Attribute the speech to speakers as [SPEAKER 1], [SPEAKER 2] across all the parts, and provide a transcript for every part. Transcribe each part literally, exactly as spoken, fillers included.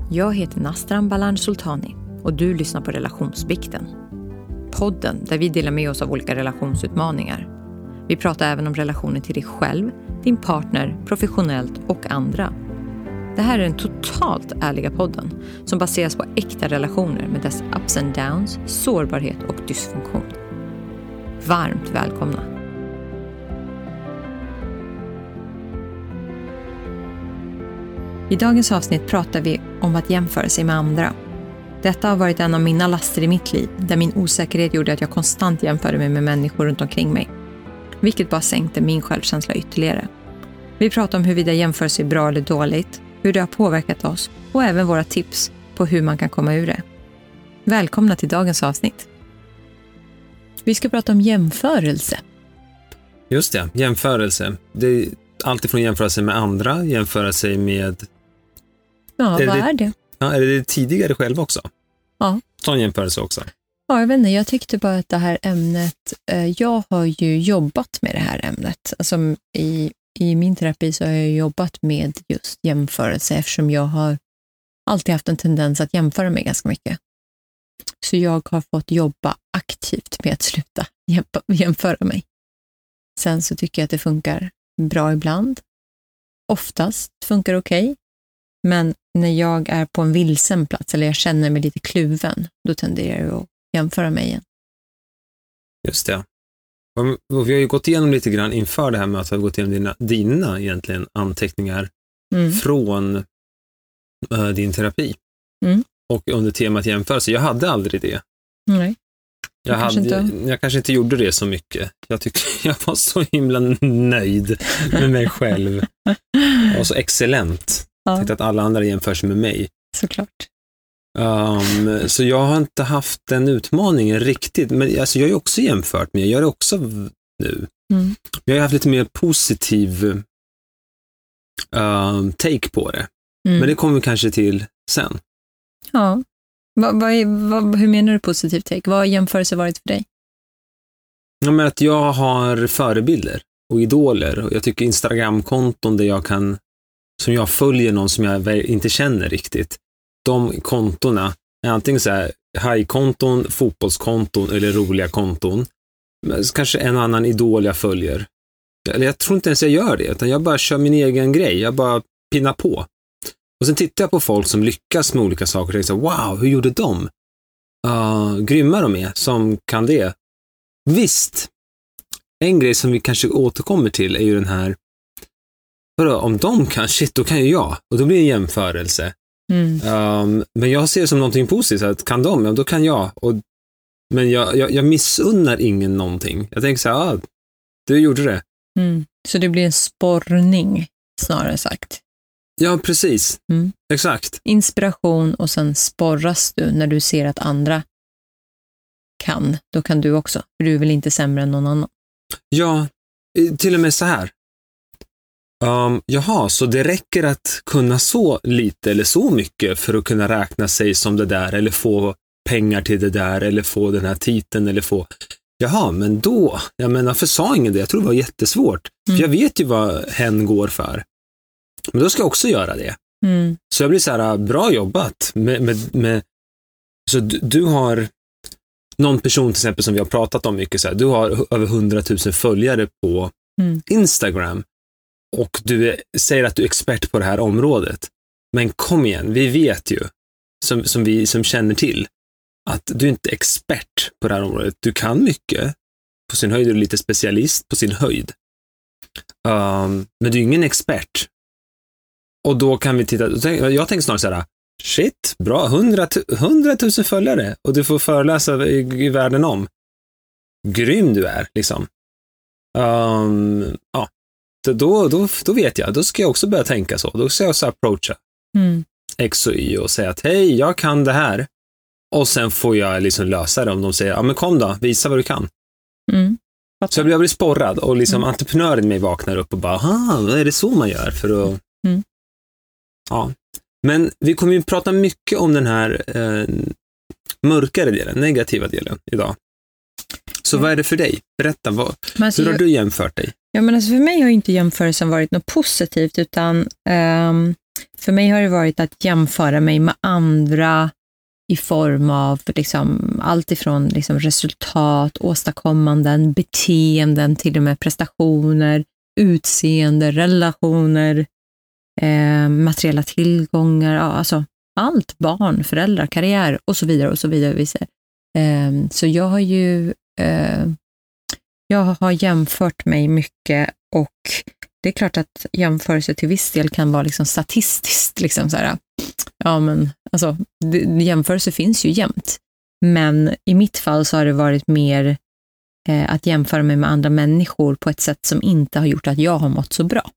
[SPEAKER 1] Jag heter Nastran Balan Sultani och du lyssnar på Relationsbikten. Podden där vi delar med oss av olika relationsutmaningar. Vi pratar även om relationer till dig själv, din partner, professionellt och andra. Det här är den totalt ärliga podden som baseras på äkta relationer med dess ups and downs, sårbarhet och dysfunktion. Varmt välkomna! I dagens avsnitt pratar vi om att jämföra sig med andra. Detta har varit en av mina laster i mitt liv, där min osäkerhet gjorde att jag konstant jämförde mig med människor runt omkring mig. Vilket bara sänkte min självkänsla ytterligare. Vi pratar om huruvida jämförelse är bra eller dåligt, hur det har påverkat oss och även våra tips på hur man kan komma ur det. Välkomna till dagens avsnitt. Vi ska prata om jämförelse.
[SPEAKER 2] Just det, jämförelse. Det är alltid från jämföra sig med andra, jämföra sig med...
[SPEAKER 1] Ja,
[SPEAKER 2] är
[SPEAKER 1] vad
[SPEAKER 2] det,
[SPEAKER 1] är det?
[SPEAKER 2] Ja, är det tidigare själv också?
[SPEAKER 1] Ja.
[SPEAKER 2] Sån jämförelse också.
[SPEAKER 1] Ja, jag vet inte, jag tyckte bara att det här ämnet, eh, jag har ju jobbat med det här ämnet. Alltså i, i min terapi så har jag jobbat med just jämförelse eftersom jag har alltid haft en tendens att jämföra mig ganska mycket. Så jag har fått jobba aktivt med att sluta jämpa, jämföra mig. Sen så tycker jag att det funkar bra ibland. Oftast funkar okej. Okay. Men när jag är på en vilsen plats eller jag känner mig lite kluven, då tenderar jag att jämföra mig igen. Just det.
[SPEAKER 2] Och vi har ju gått igenom lite grann inför det här med att vi har gått igenom dina, dina egentligen anteckningar mm. från äh, din terapi. Mm. Och under temat jämförelse. Jag hade aldrig det.
[SPEAKER 1] Nej.
[SPEAKER 2] Jag, jag, hade, jag, jag kanske inte gjorde det så mycket. Jag tyckte jag var så himla nöjd med mig själv. Jag var så excellent. Ja. Jag tyckte att alla andra jämför sig med mig.
[SPEAKER 1] Såklart.
[SPEAKER 2] Um, så jag har inte haft den utmaningen riktigt. Men alltså, jag har ju också jämfört mig. Jag gör det också nu. Mm. Jag har haft lite mer positiv um, take på det. Mm. Men det kommer vi kanske till sen.
[SPEAKER 1] Ja. Va, va, va, hur menar du positiv take? Vad har jämförelse varit för dig?
[SPEAKER 2] Ja, men att jag har förebilder och idoler. Och jag tycker Instagram-konton där jag kan, som jag följer någon som jag inte känner riktigt. De kontona är antingen så här high-konton, fotbollskonton eller roliga konton. Men kanske en annan idol jag följer. Eller jag tror inte ens jag gör det, utan jag bara kör min egen grej. Jag bara pinnar på. Och sen tittar jag på folk som lyckas med olika saker och tänker så, wow, hur gjorde de? Uh, grymma de är som kan det. Visst, en grej som vi kanske återkommer till är ju den här, vadå, om de kan, shit, då kan ju jag. Och då blir det en jämförelse. Mm. Um, men jag ser det som någonting positivt, att kan de, ja, då kan jag. Och, men jag, jag, jag missunnar ingen någonting. Jag tänker så här, ah, du gjorde det.
[SPEAKER 1] Mm. Så det blir en sporrning, snarare sagt.
[SPEAKER 2] Ja, precis. Mm. Exakt.
[SPEAKER 1] Inspiration och sen sporras du när du ser att andra kan. Då kan du också. För du är väl inte sämre än någon annan.
[SPEAKER 2] Ja, till och med så här. Um, jaha, så det räcker att kunna så lite eller så mycket för att kunna räkna sig som det där eller få pengar till det där eller få den här titeln eller få... Jaha, men då, jag menar, för sa ingen det? Jag tror det var jättesvårt. Mm. För jag vet ju vad hen går för. Men då ska jag också göra det. Mm. Så jag blir så här, bra jobbat. Med, med, med, så du, du har någon person till exempel som vi har pratat om mycket. Så här, du har över hundratusen följare på mm. Instagram. Och du är, säger att du är expert på det här området. Men kom igen, vi vet ju, som, som vi som känner till, att du inte är expert på det här området. Du kan mycket. På sin höjd är du lite specialist på sin höjd. Um, men du är ingen expert. Och då kan vi titta, jag tänker snarare så här, shit, bra, hundratusen följare och du får föreläsa i, i världen om. Grym du är, liksom. Um, ja, då, då, då vet jag, då ska jag också börja tänka så. Då ska jag också approacha mm. X och Y och säga att hej, jag kan det här. Och sen får jag liksom lösa det om de säger, ja men kom då, visa vad du kan. Mm. Så jag blir, jag blir sporrad och liksom mm. entreprenören i mig vaknar upp och bara, aha, vad är det så man gör för att... Mm. Ja, men vi kommer ju prata mycket om den här eh, mörkare delen, negativa delen idag. Så mm. vad är det för dig? Berätta, vad, alltså, hur har du jämfört dig?
[SPEAKER 1] Ja, men alltså för mig har inte jämförelsen varit något positivt utan um, För mig har det varit att jämföra mig med andra i form av liksom, allt ifrån liksom, resultat, åstadkommanden, beteenden, till och med prestationer, utseende, relationer, eh, materiella tillgångar, ja, alltså allt, barn, föräldrar, karriär och så vidare och så vidare. Eh, så jag har ju eh, jag har jämfört mig mycket, och det är klart att jämförelse till viss del kan vara liksom statistiskt liksom så här, ja men alltså det, jämförelse finns ju jämt, men i mitt fall så har det varit mer eh, att jämföra mig med andra människor på ett sätt som inte har gjort att jag har mått så bra.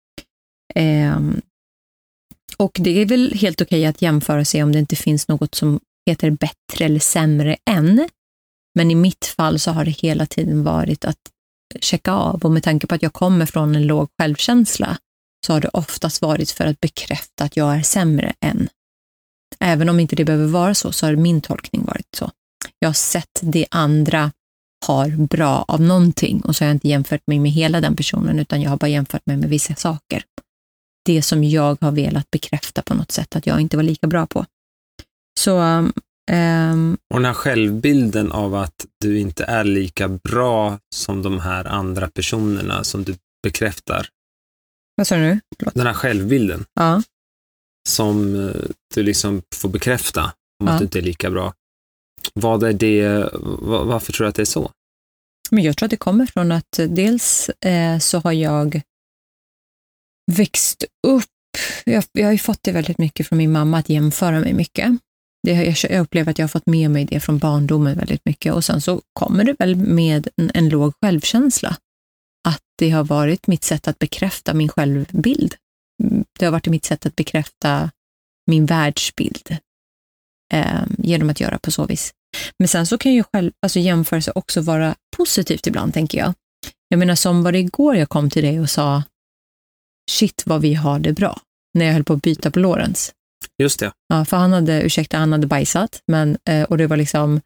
[SPEAKER 1] Eh, och det är väl helt okej att jämföra sig om det inte finns något som heter bättre eller sämre än, men i mitt fall så har det hela tiden varit att checka av, och med tanke på att jag kommer från en låg självkänsla så har det oftast varit för att bekräfta att jag är sämre än. Även om inte det behöver vara så, så har min tolkning varit så. Jag har sett det andra har bra av någonting, och så har jag inte jämfört mig med hela den personen, utan jag har bara jämfört mig med vissa saker. Det som jag har velat bekräfta på något sätt att jag inte var lika bra på. Så um,
[SPEAKER 2] och den här självbilden av att du inte är lika bra som de här andra personerna som du bekräftar.
[SPEAKER 1] Vad sa du nu? Förlåt.
[SPEAKER 2] Den här självbilden.
[SPEAKER 1] Ja.
[SPEAKER 2] Som du liksom får bekräfta om
[SPEAKER 1] ja.
[SPEAKER 2] att du inte är lika bra. Vad är det, varför tror du att det är så?
[SPEAKER 1] Men jag tror att det kommer från att dels eh, så har jag växt upp, jag, jag har ju fått det väldigt mycket från min mamma att jämföra mig mycket. Det, jag, jag upplever att jag har fått med mig det från barndomen väldigt mycket, och sen så kommer det väl med en, en låg självkänsla. Att det har varit mitt sätt att bekräfta min självbild. Det har varit mitt sätt att bekräfta min världsbild eh, genom att göra på så vis. Men sen så kan ju själv, alltså jämförelse också vara positivt ibland, tänker jag. Jag menar, som var det igår jag kom till dig och sa shit vad vi har det bra, när jag höll på att byta på Lawrence.
[SPEAKER 2] Just det.
[SPEAKER 1] Ja, för han hade, ursäkta, han hade bajsat, men, eh, och det var liksom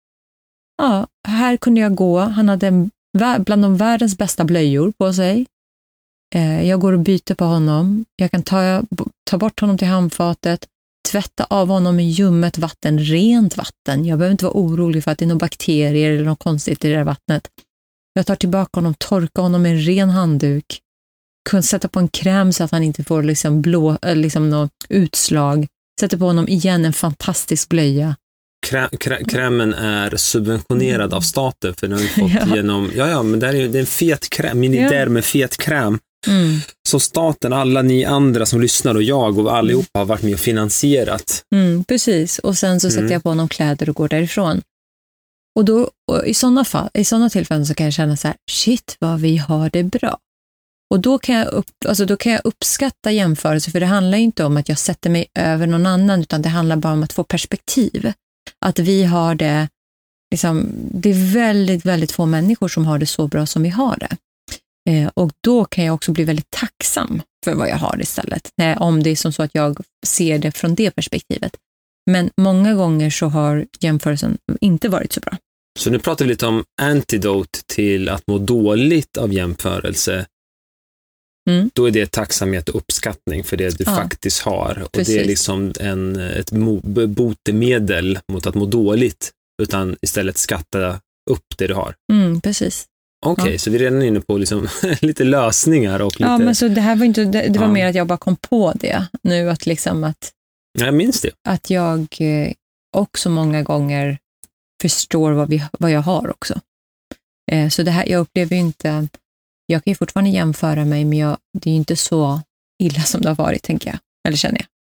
[SPEAKER 1] ja, här kunde jag gå, han hade en, bland de världens bästa blöjor på sig. Eh, jag går och byter på honom, jag kan ta, ta bort honom till handfatet, tvätta av honom med ljummet vatten, rent vatten. Jag behöver inte vara orolig för att det är några bakterier eller något konstigt i det här vattnet. Jag tar tillbaka honom, torkar honom med en ren handduk, kunde sätta på en kräm så att han inte får liksom blå, liksom något utslag. Sätter på honom igen en fantastisk blöja.
[SPEAKER 2] Krä, krä, krämen är subventionerad av staten, för den har vi fått ja. genom, ja ja, men det är, det är en fet kräm, miniderm med fet kräm. Mm. Så staten, alla ni andra som lyssnar och jag och allihopa har varit med och finansierat.
[SPEAKER 1] Mm, precis, och sen så sätter mm. jag på honom kläder och går därifrån. Och då, och i sådana fall, i sådana tillfällen så kan jag känna så här, shit vad vi har det bra. Och då kan jag, upp, alltså då kan jag uppskatta jämförelse, för det handlar ju inte om att jag sätter mig över någon annan, utan det handlar bara om att få perspektiv. Att vi har det, liksom, det är väldigt, väldigt få människor som har det så bra som vi har det. Eh, och då kan jag också bli väldigt tacksam för vad jag har istället. Eh, om det är som så att jag ser det från det perspektivet. Men många gånger så har jämförelsen inte varit så bra.
[SPEAKER 2] Så nu pratar vi lite om antidote till att må dåligt av jämförelse. Mm. Då är det tacksamhet och uppskattning för det du ja. faktiskt har. Och Precis. det är liksom en, ett mo- botemedel mot att må dåligt, utan istället skatta upp det du har.
[SPEAKER 1] Mm, precis.
[SPEAKER 2] Okej, okay, ja. så vi är redan inne på liksom lite lösningar. Och lite,
[SPEAKER 1] ja, men så det här var inte, det, det var ja. mer att jag bara kom på det nu, att liksom att
[SPEAKER 2] jag minns det.
[SPEAKER 1] Att jag också många gånger förstår vad, vi, vad jag har också. Så det här, jag upplever ju inte, jag kan ju fortfarande jämföra mig, men jag, det är ju inte så illa som det har varit, tänker jag. Eller känner jag.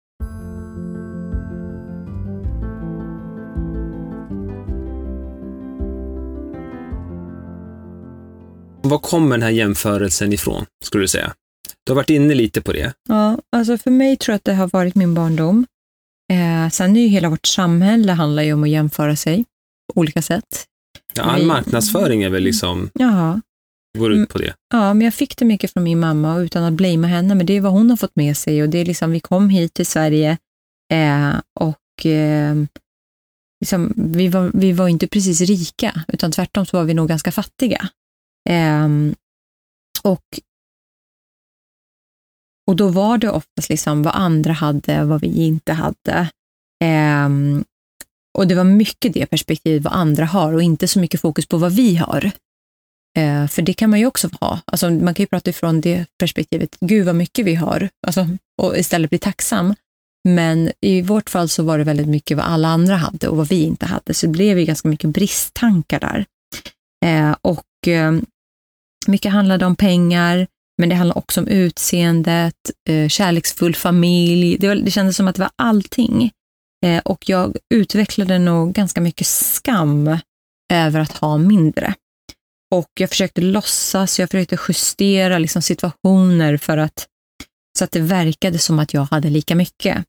[SPEAKER 2] Var kommer den här jämförelsen ifrån, skulle du säga? Du har varit inne lite på det.
[SPEAKER 1] Ja, alltså för mig tror jag att det har varit min barndom. Eh, sen är ju hela vårt samhälle handlar ju om att jämföra sig på olika sätt.
[SPEAKER 2] Ja, all Vi... marknadsföring är väl liksom...
[SPEAKER 1] Jaha.
[SPEAKER 2] Går ut på det.
[SPEAKER 1] Ja, men jag fick det mycket från min mamma, och utan att blamea henne, men det är vad hon har fått med sig, och det är liksom, vi kom hit till Sverige eh, och eh, liksom, vi, var, vi var inte precis rika, utan tvärtom så var vi nog ganska fattiga. Eh, och och då var det oftast liksom vad andra hade, vad vi inte hade. Eh, och det var mycket det perspektivet vad andra har och inte så mycket fokus på vad vi har. Eh, för det kan man ju också ha. Alltså, man kan ju prata ifrån det perspektivet, gud vad mycket vi har. Alltså, och istället bli tacksam. Men i vårt fall så var det väldigt mycket vad alla andra hade och vad vi inte hade. Så det blev ju ganska mycket bristtankar där. Eh, och eh, mycket handlade om pengar, men det handlade också om utseendet, eh, kärleksfull familj. Det, var, det kändes som att det var allting. Eh, och jag utvecklade nog ganska mycket skam över att ha mindre. Och jag försökte låtsas, jag försökte justera liksom situationer för att så att det verkade som att jag hade lika mycket.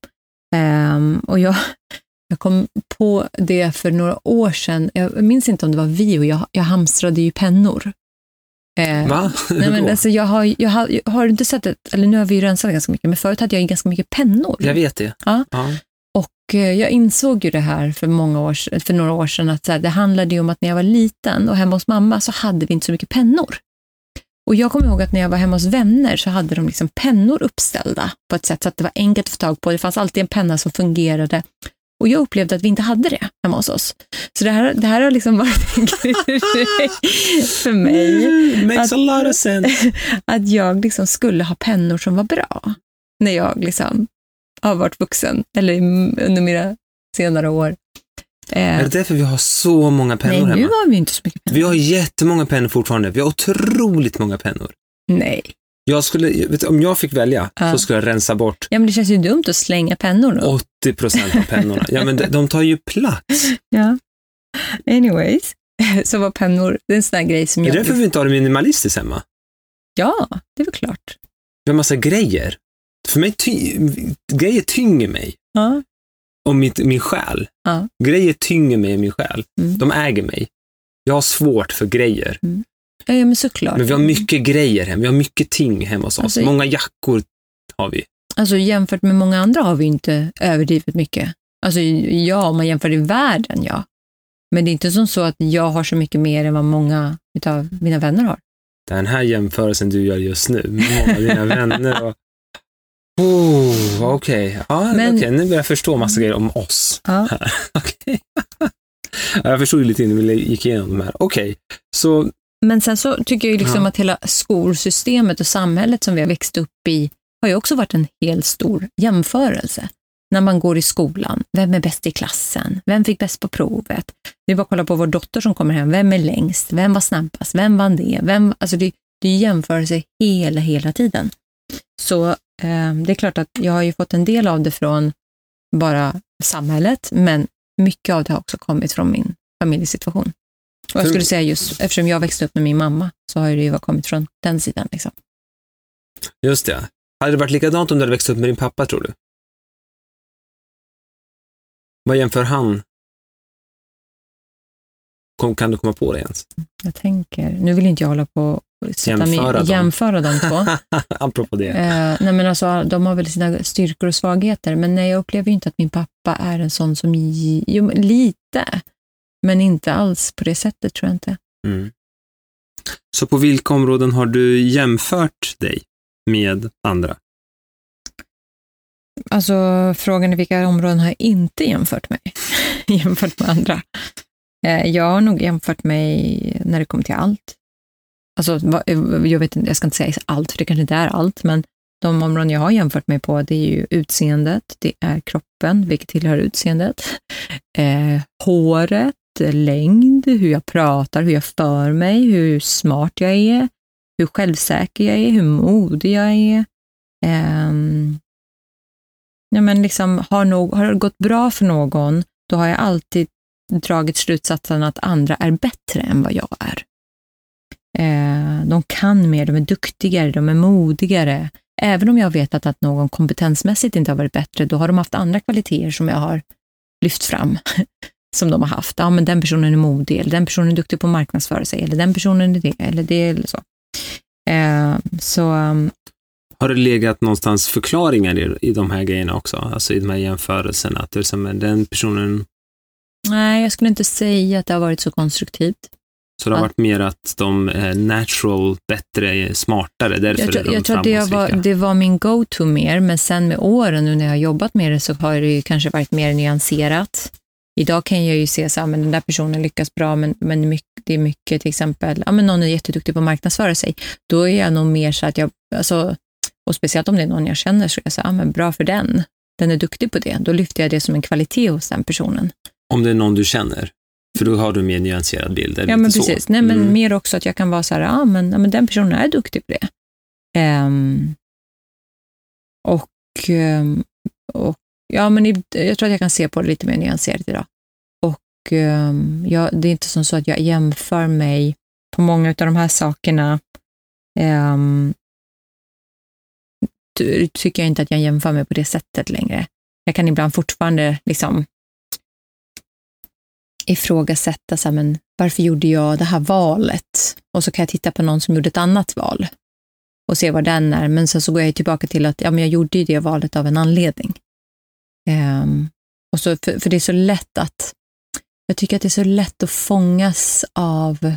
[SPEAKER 1] Um, och jag, jag kom på det för några år sedan. Jag minns inte om det var vi och jag, jag hamstrade ju pennor. Uh,
[SPEAKER 2] Va?
[SPEAKER 1] Nej, men alltså jag har, jag har, jag har inte sett det, eller nu har vi ju rensat ganska mycket, men förut hade jag ganska mycket pennor.
[SPEAKER 2] Jag vet det.
[SPEAKER 1] Ja.
[SPEAKER 2] Ja.
[SPEAKER 1] Och uh, jag insåg ju det här för, många år, för några år sedan att så här, det handlade ju om att när jag var liten och hemma hos mamma så hade vi inte så mycket pennor. Och jag kommer ihåg att när jag var hemma hos vänner så hade de liksom pennor uppställda på ett sätt så att det var enkelt att få tag på. Det fanns alltid en penna som fungerade. Och jag upplevde att vi inte hade det hemma hos oss. Så det här, det här har liksom varit en grej för mig.
[SPEAKER 2] Mm, makes
[SPEAKER 1] att,
[SPEAKER 2] a lot of sense.
[SPEAKER 1] Att jag liksom skulle ha pennor som var bra. När jag liksom har varit vuxen. Eller under mina senare år.
[SPEAKER 2] Är det därför vi har så många pennor
[SPEAKER 1] nej,
[SPEAKER 2] hemma?
[SPEAKER 1] Nej, nu har vi inte så mycket pennor.
[SPEAKER 2] Vi har jättemånga pennor fortfarande. Vi har otroligt många pennor.
[SPEAKER 1] Nej.
[SPEAKER 2] Jag skulle, vet du, om jag fick välja ja. så skulle jag rensa bort.
[SPEAKER 1] Ja, men det känns ju dumt att slänga pennor då.
[SPEAKER 2] åttio procent av pennorna. Ja, men de, de tar ju plats.
[SPEAKER 1] Ja. Anyways, så var pennor, det är en sån där grej som
[SPEAKER 2] jag...
[SPEAKER 1] jag...
[SPEAKER 2] Är det därför vi inte har det minimalistiskt hemma?
[SPEAKER 1] Ja, det är väl klart.
[SPEAKER 2] Vi har massa grejer. För mig, ty... grejer tynger mig.
[SPEAKER 1] Ja.
[SPEAKER 2] Och mitt, min själ.
[SPEAKER 1] Ja.
[SPEAKER 2] Grejer tynger mig i min själ.
[SPEAKER 1] Mm.
[SPEAKER 2] De äger mig. Jag har svårt för grejer.
[SPEAKER 1] Mm. Ja, men såklart.
[SPEAKER 2] Men vi har mycket grejer hemma. Vi har mycket ting hemma hos oss. Alltså, många jackor har vi.
[SPEAKER 1] Alltså jämfört med många andra har vi inte överdrivet mycket. Alltså ja, om man jämför i världen, ja. Men det är inte som så att jag har så mycket mer än vad många av mina vänner har.
[SPEAKER 2] Den här jämförelsen du gör just nu med många av dina vänner och... Oh, okej. Okay. Ja,
[SPEAKER 1] Men...
[SPEAKER 2] okay. Nu börjar jag förstå massa grejer om oss.
[SPEAKER 1] Ja.
[SPEAKER 2] Här. Okay. Jag förstod lite innan vi gick igenom de här. Okej, okay. Så...
[SPEAKER 1] Men sen så tycker jag ju liksom ja. att hela skolsystemet och samhället som vi har växt upp i har ju också varit en helt stor jämförelse. När man går i skolan, vem är bäst i klassen? Vem fick bäst på provet? Vi bara kolla på vår dotter som kommer hem. Vem är längst? Vem var snabbast? Vem vann det? Vem, alltså det, det är jämförelse hela, hela tiden. Så eh, det är klart att jag har ju fått en del av det från bara samhället, men mycket av det har också kommit från min familjesituation. Och jag skulle säga just, eftersom jag växte upp med min mamma så har det ju kommit från den sidan. Liksom.
[SPEAKER 2] Just det. Hade det varit likadant om du hade växt upp med din pappa, tror du? Vad jämför han? Kom, kan du komma på det ens?
[SPEAKER 1] Jag tänker, nu vill inte jag hålla på och
[SPEAKER 2] jämföra,
[SPEAKER 1] med, jämföra dem två.
[SPEAKER 2] Apropå det.
[SPEAKER 1] Eh, nej men alltså, de har väl sina styrkor och svagheter, men nej, jag upplever ju inte att min pappa är en sån som jo, lite, men inte alls på det sättet, tror jag inte.
[SPEAKER 2] Mm. Så på vilka områden har du jämfört dig med andra?
[SPEAKER 1] Alltså, frågan är vilka områden har jag inte jämfört mig jämfört med andra. Eh, jag har nog jämfört mig när det kommer till allt. Alltså, jag vet inte, jag ska inte säga allt, för det kanske inte är allt, men de områden jag har jämfört mig på, det är ju utseendet, det är kroppen, vilket tillhör utseendet, eh, håret, längd, hur jag pratar, hur jag för mig, hur smart jag är, hur självsäker jag är, hur modig jag är. Eh, ja, men liksom, har, nog, har det gått bra för någon, då har jag alltid dragit slutsatsen att andra är bättre än vad jag är. Eh, de kan mer, de är duktigare, de är modigare. Även om jag vet att, att någon kompetensmässigt inte har varit bättre, då har de haft andra kvaliteter som jag har lyft fram som de har haft. Ja, men den personen är modig, eller den personen är duktig på att marknadsföra sig, eller den personen är det, eller det, eller så. Eh, så um,
[SPEAKER 2] har det legat någonstans förklaringar i, i de här grejerna också? Alltså i de här jämförelserna, att det är som den personen...
[SPEAKER 1] Nej, jag skulle inte säga att det har varit så konstruktivt.
[SPEAKER 2] Så det har
[SPEAKER 1] ja.
[SPEAKER 2] varit mer att de är natural, bättre, smartare. Därför
[SPEAKER 1] jag tror,
[SPEAKER 2] är de
[SPEAKER 1] jag tror att det var, det var min go-to mer, men sen med åren nu när jag har jobbat med det så har det ju kanske varit mer nyanserat. Idag kan jag ju se så här, men den där personen lyckas bra, men, men det, är mycket, det är mycket till exempel, ja men någon är jätteduktig på att marknadsföra sig. Då är jag nog mer så att jag, alltså, och speciellt om det är någon jag känner så jag säger, ja men bra för den. Den är duktig på det. Då lyfter jag det som en kvalitet hos den personen.
[SPEAKER 2] Om det är någon du känner? För då har du en mer nyanserad bild.
[SPEAKER 1] Ja, men precis.
[SPEAKER 2] Så.
[SPEAKER 1] Nej, men
[SPEAKER 2] mm.
[SPEAKER 1] mer också att jag kan vara så här, ja men, ja, men den personen är duktig på det. Um, och, um, och ja, men i, jag tror att jag kan se på det lite mer nyanserat idag. Och um, ja, det är inte som så att jag jämför mig på många av de här sakerna. Um, tycker jag inte att jag jämför mig på det sättet längre. Jag kan ibland fortfarande liksom ifrågasätta så här, men varför gjorde jag det här valet? Och så kan jag titta på någon som gjorde ett annat val och se vad den är. Men sen så går jag tillbaka till att ja, men jag gjorde ju det valet av en anledning. Um, och så, för, för det är så lätt att jag tycker att det är så lätt att fångas av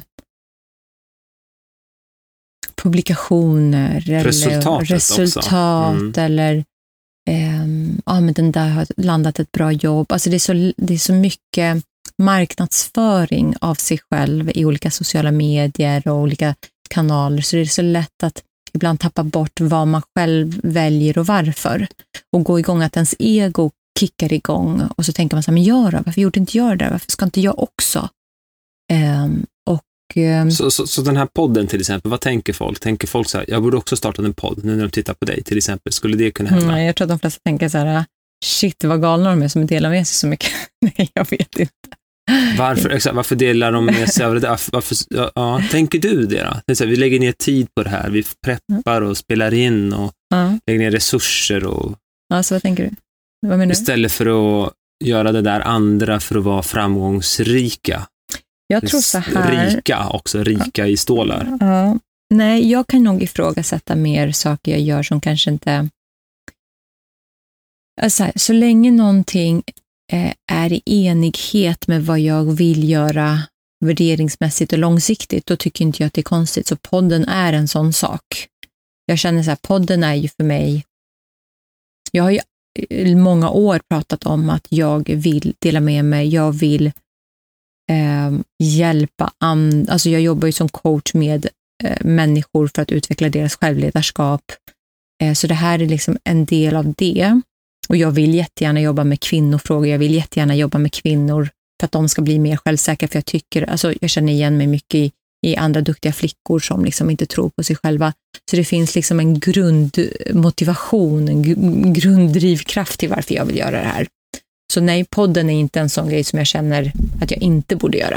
[SPEAKER 1] publikationer
[SPEAKER 2] Resultatet
[SPEAKER 1] eller resultat
[SPEAKER 2] mm.
[SPEAKER 1] eller um, ja, men den där har landat ett bra jobb. Alltså det är så, det är så mycket marknadsföring av sig själv i olika sociala medier och olika kanaler, så det är så lätt att ibland tappa bort vad man själv väljer och varför, och gå igång att ens ego kickar igång och så tänker man så här, men jag då? Varför gjorde inte jag det? Varför ska inte jag också? Um, och um,
[SPEAKER 2] så, så, så den här podden till exempel, vad tänker folk? Tänker folk så här, jag borde också starta en podd nu när de tittar på dig till exempel, skulle det kunna hända?
[SPEAKER 1] Mm, jag tror att de flesta tänker så här, shit vad galna de är som delar med sig så mycket. Nej, jag vet inte.
[SPEAKER 2] Varför, exakt, varför delar de med sig av det där? Varför, ja, tänker du det då? Det är så här, vi lägger ner tid på det här, vi preppar och spelar in och
[SPEAKER 1] ja.
[SPEAKER 2] lägger ner resurser. Och,
[SPEAKER 1] ja, så vad tänker du? Vad menar du?
[SPEAKER 2] Istället för att göra det där andra för att vara framgångsrika.
[SPEAKER 1] Jag tror så här.
[SPEAKER 2] Rika också, rika ja. i stålar.
[SPEAKER 1] Ja. Nej, jag kan nog ifrågasätta mer saker jag gör som kanske inte... Alltså, så länge någonting är i enighet med vad jag vill göra värderingsmässigt och långsiktigt, då tycker inte jag att det är konstigt. Så podden är en sån sak. Jag känner så här, podden är ju för mig, jag har ju i många år pratat om att jag vill dela med mig, jag vill eh, hjälpa andra, alltså jag jobbar ju som coach med eh, människor för att utveckla deras självledarskap. Eh, så det här är liksom en del av det. Och jag vill jättegärna jobba med kvinnofrågor. Jag vill jättegärna jobba med kvinnor för att de ska bli mer självsäkra. För jag tycker, alltså jag känner igen mig mycket i, i andra duktiga flickor som liksom inte tror på sig själva. Så det finns liksom en grundmotivation, en grunddrivkraft till varför jag vill göra det här. Så nej, podden är inte en sån grej som jag känner att jag inte borde göra.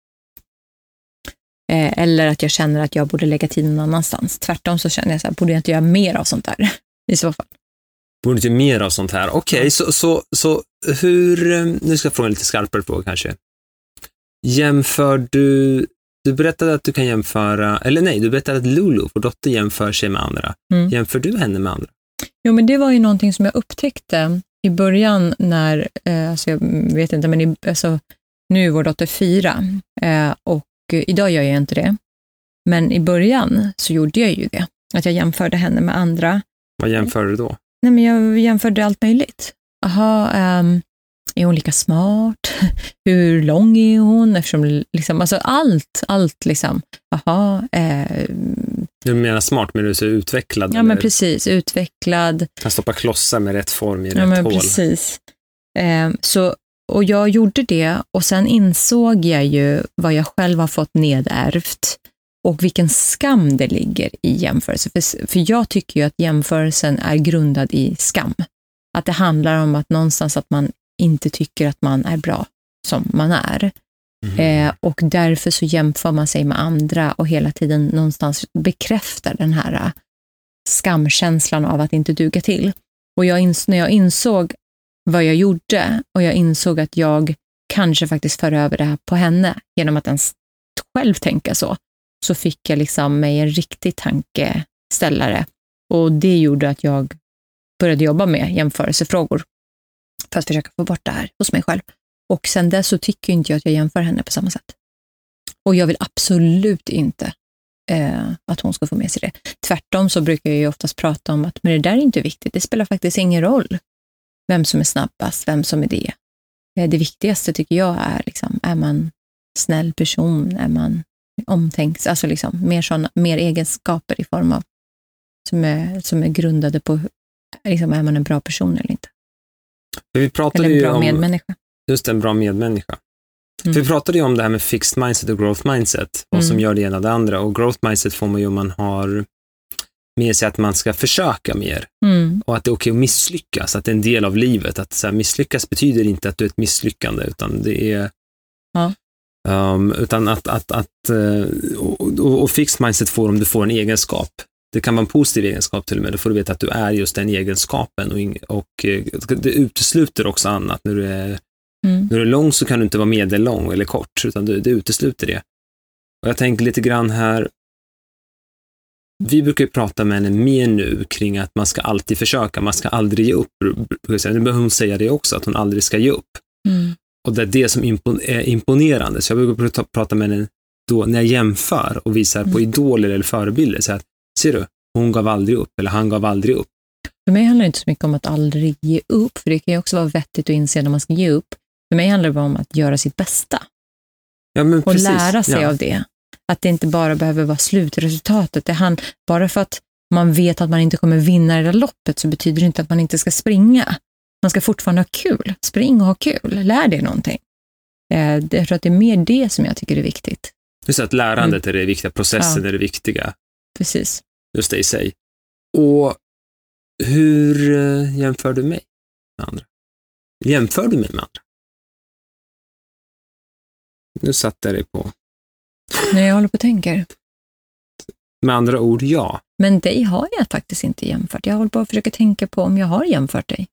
[SPEAKER 1] Eh, eller att jag känner att jag borde lägga tiden någon annanstans. Tvärtom så känner jag så här, borde jag inte göra mer av sånt där i så fall.
[SPEAKER 2] Borde inte mer av sånt här. Okej, okay, så, så, så hur, nu ska jag fråga en lite skarpare fråga kanske. Jämför du, du berättade att du kan jämföra, eller nej, du berättade att Lulu, vår dotter, jämför sig med andra. Mm. Jämför du henne med andra?
[SPEAKER 1] Jo, men det var ju någonting som jag upptäckte i början när, eh, alltså jag vet inte, men i, alltså, nu är vår dotter fyra eh, och idag gör jag inte det. Men i början så gjorde jag ju det. Att jag jämförde henne med andra.
[SPEAKER 2] Vad jämförde du då?
[SPEAKER 1] Nej, men jag jämförde allt möjligt. Aha, um, är hon lika smart? Hur lång är hon? Eftersom liksom, alltså allt, allt liksom. Aha, eh,
[SPEAKER 2] du menar smart, men du är så utvecklad?
[SPEAKER 1] Ja,
[SPEAKER 2] eller?
[SPEAKER 1] men precis, utvecklad.
[SPEAKER 2] Kan stoppa klossar med rätt form i
[SPEAKER 1] ja,
[SPEAKER 2] rätt
[SPEAKER 1] men
[SPEAKER 2] hål.
[SPEAKER 1] Precis. Eh, så, och jag gjorde det och sen insåg jag ju vad jag själv har fått nedärvt. Och vilken skam det ligger i jämförelse. För, för jag tycker ju att jämförelsen är grundad i skam. Att det handlar om att någonstans att man inte tycker att man är bra som man är. Mm. Eh, och därför så jämför man sig med andra och hela tiden någonstans bekräftar den här skamkänslan av att inte duga till. Och jag ins- när jag insåg vad jag gjorde och jag insåg att jag kanske faktiskt för över det här på henne genom att ens själv tänka så. Så fick jag liksom mig en riktig tankeställare. Och det gjorde att jag började jobba med jämförelsefrågor för att försöka få bort det här hos mig själv. Och sen dess så tycker inte jag att jag jämför henne på samma sätt. Och jag vill absolut inte eh, att hon ska få med sig det. Tvärtom så brukar jag ju oftast prata om att men det där är inte viktigt. Det spelar faktiskt ingen roll vem som är snabbast, vem som är det. Eh, det viktigaste tycker jag är liksom, är man snäll person, är man omtänks, alltså liksom mer, såna, mer egenskaper i form av som är, som är grundade på liksom, är man en bra person eller inte.
[SPEAKER 2] Vi pratade
[SPEAKER 1] eller en bra
[SPEAKER 2] ju om,
[SPEAKER 1] medmänniska.
[SPEAKER 2] Just en bra medmänniska.
[SPEAKER 1] Mm.
[SPEAKER 2] För vi pratade ju om det här med fixed mindset och growth mindset. Vad
[SPEAKER 1] Mm.
[SPEAKER 2] som gör det ena och det andra. Och growth mindset får man ju om man har med sig att man ska försöka mer.
[SPEAKER 1] Mm.
[SPEAKER 2] Och att det är okej att misslyckas. Att det är en del av livet. Att så här, misslyckas betyder inte att du är ett misslyckande. Utan det är...
[SPEAKER 1] Ja.
[SPEAKER 2] Um, utan att... att, att uh, och, och, och fixed mindset får om du får en egenskap. Det kan vara en positiv egenskap till och med. Då får du veta att du är just den egenskapen. Och, in, och det utesluter också annat. När du är Mm. När du är lång så kan du inte vara medellång eller kort, utan det, det utesluter det. Och jag tänker lite grann här, vi brukar ju prata med henne mer nu kring att man ska alltid försöka, man ska aldrig ge upp. Nu behöver hon säga det också, att hon aldrig ska ge upp.
[SPEAKER 1] Mm.
[SPEAKER 2] Och det är det som är imponerande. Så jag brukar prata med henne då när jag jämför och visar mm. på idoler eller förebilder. Så att, ser du, hon gav aldrig upp, eller han gav aldrig upp.
[SPEAKER 1] För mig handlar det inte så mycket om att aldrig ge upp, för det kan ju också vara vettigt att inse när man ska ge upp. För mig handlar det bara om att göra sitt bästa.
[SPEAKER 2] Ja, men precis.
[SPEAKER 1] Och lära sig
[SPEAKER 2] ja.
[SPEAKER 1] av det. Att det inte bara behöver vara slutresultatet. Det hand, bara för att man vet att man inte kommer vinna det där loppet så betyder det inte att man inte ska springa. Man ska fortfarande ha kul. Spring och ha kul. Lär dig någonting. Eh, jag tror att det är mer det som jag tycker är viktigt.
[SPEAKER 2] Just att lärandet mm. är det viktiga, processen ja. är det viktiga.
[SPEAKER 1] Precis.
[SPEAKER 2] Just det i sig. Och hur uh, jämför du mig med andra? Jämför du mig med andra? Nu satt jag dig på.
[SPEAKER 1] Nej, jag håller på och tänker.
[SPEAKER 2] Med andra ord, ja.
[SPEAKER 1] Men dig har jag faktiskt inte jämfört. Jag håller på att försöka tänka på om jag har jämfört dig.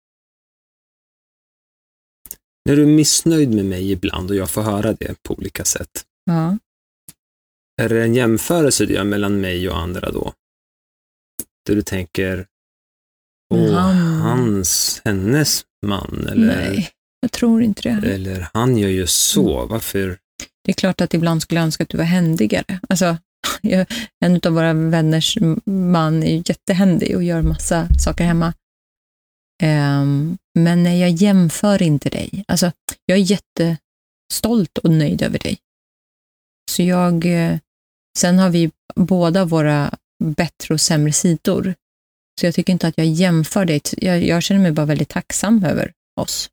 [SPEAKER 2] När du är missnöjd med mig ibland och jag får höra det på olika sätt.
[SPEAKER 1] Ja.
[SPEAKER 2] Är det en jämförelse du gör mellan mig och andra då? Där du tänker, åh,
[SPEAKER 1] han...
[SPEAKER 2] hans, hennes man. Eller,
[SPEAKER 1] Nej, jag tror inte det.
[SPEAKER 2] Eller han gör ju så, mm. varför?
[SPEAKER 1] Det är klart att ibland skulle jag önska att du var händigare. Alltså, jag, en av våra vänners man är ju jättehändig och gör massa saker hemma. Um, men jag jämför inte dig. Alltså, jag är jättestolt och nöjd över dig. Så jag, sen har vi båda våra bättre och sämre sidor. Så jag tycker inte att jag jämför dig. Jag, jag känner mig bara väldigt tacksam över oss.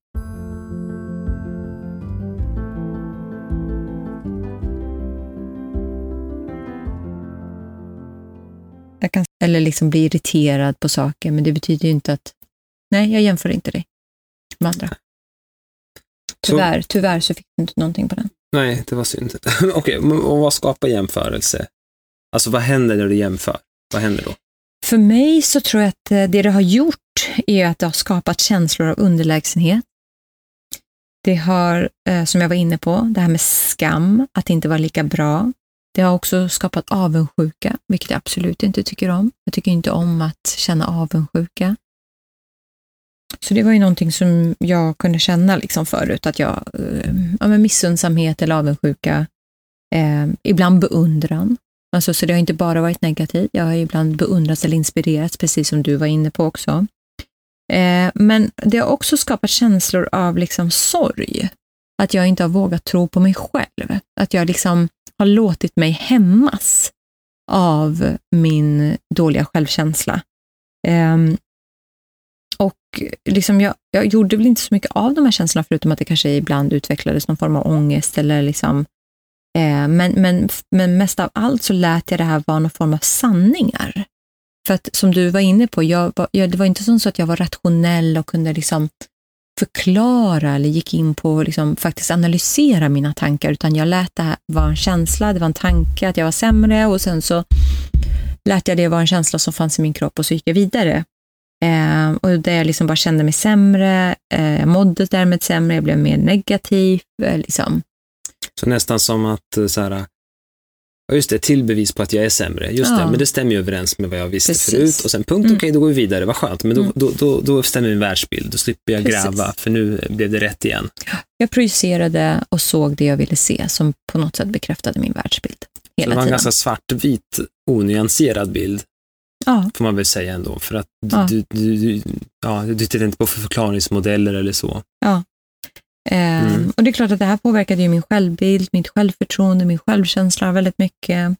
[SPEAKER 1] Jag kan eller liksom bli irriterad på saker, men det betyder ju inte att nej, jag jämför inte dig med andra. Tyvärr, så, tyvärr så fick du inte någonting på den.
[SPEAKER 2] Nej, det var synd. Okej, okay, och vad skapar jämförelse? Alltså vad händer när du jämför? Vad händer då?
[SPEAKER 1] För mig så tror jag att det det har gjort är att det har skapat känslor av underlägsenhet. Det har, som jag var inne på, det här med skam, att inte vara lika bra. Det har också skapat avundsjuka, vilket jag absolut inte tycker om. Jag tycker inte om att känna avundsjuka. Så det var ju någonting som jag kunde känna liksom förut, att jag, ja, med missundsamhet eller avundsjuka, eh, ibland beundran. Alltså, så det har inte bara varit negativt, jag har ibland beundrats eller inspirerats, precis som du var inne på också. Eh, men det har också skapat känslor av liksom sorg. Att jag inte har vågat tro på mig själv. Att jag liksom har låtit mig hämmas av min dåliga självkänsla. Eh, och liksom jag, jag gjorde väl inte så mycket av de här känslorna, förutom att det kanske ibland utvecklades någon form av ångest eller liksom eh, men, men, men mest av allt så lät jag det här vara någon form av sanningar. För att som du var inne på, jag var, jag, det var inte så att jag var rationell och kunde liksom förklara eller gick in på liksom faktiskt analysera mina tankar, utan jag lät det här vara en känsla, det var en tanke att jag var sämre, och sen så lät jag det vara en känsla som fanns i min kropp, och så gick jag vidare. Eh, och där jag liksom bara kände mig sämre, eh, jag mådde därmed sämre, jag blev mer negativ. Eh, liksom.
[SPEAKER 2] Så nästan som att så här, just det, till bevis på att jag är sämre. Just
[SPEAKER 1] ja.
[SPEAKER 2] det, men det stämmer ju överens med vad jag visste
[SPEAKER 1] Precis.
[SPEAKER 2] förut. Och sen punkt,
[SPEAKER 1] Mm.
[SPEAKER 2] okej, okay, då går vi vidare, vad skönt. Men då,
[SPEAKER 1] Mm.
[SPEAKER 2] då, då, då stämmer min världsbild. Då slipper jag
[SPEAKER 1] Precis.
[SPEAKER 2] gräva, för nu blev det rätt igen.
[SPEAKER 1] Jag projicerade och såg det jag ville se som på något sätt bekräftade min världsbild. Hela
[SPEAKER 2] det var en
[SPEAKER 1] tiden.
[SPEAKER 2] ganska svartvit, onyanserad bild.
[SPEAKER 1] Ja.
[SPEAKER 2] Får man väl säga ändå. För att du,
[SPEAKER 1] Ja.
[SPEAKER 2] du, du, du, ja, du tittar inte på förklaringsmodeller eller så.
[SPEAKER 1] Ja. Ehm,
[SPEAKER 2] Mm.
[SPEAKER 1] Och det är klart att det här påverkade ju min självbild, mitt självförtroende, min självkänsla väldigt mycket.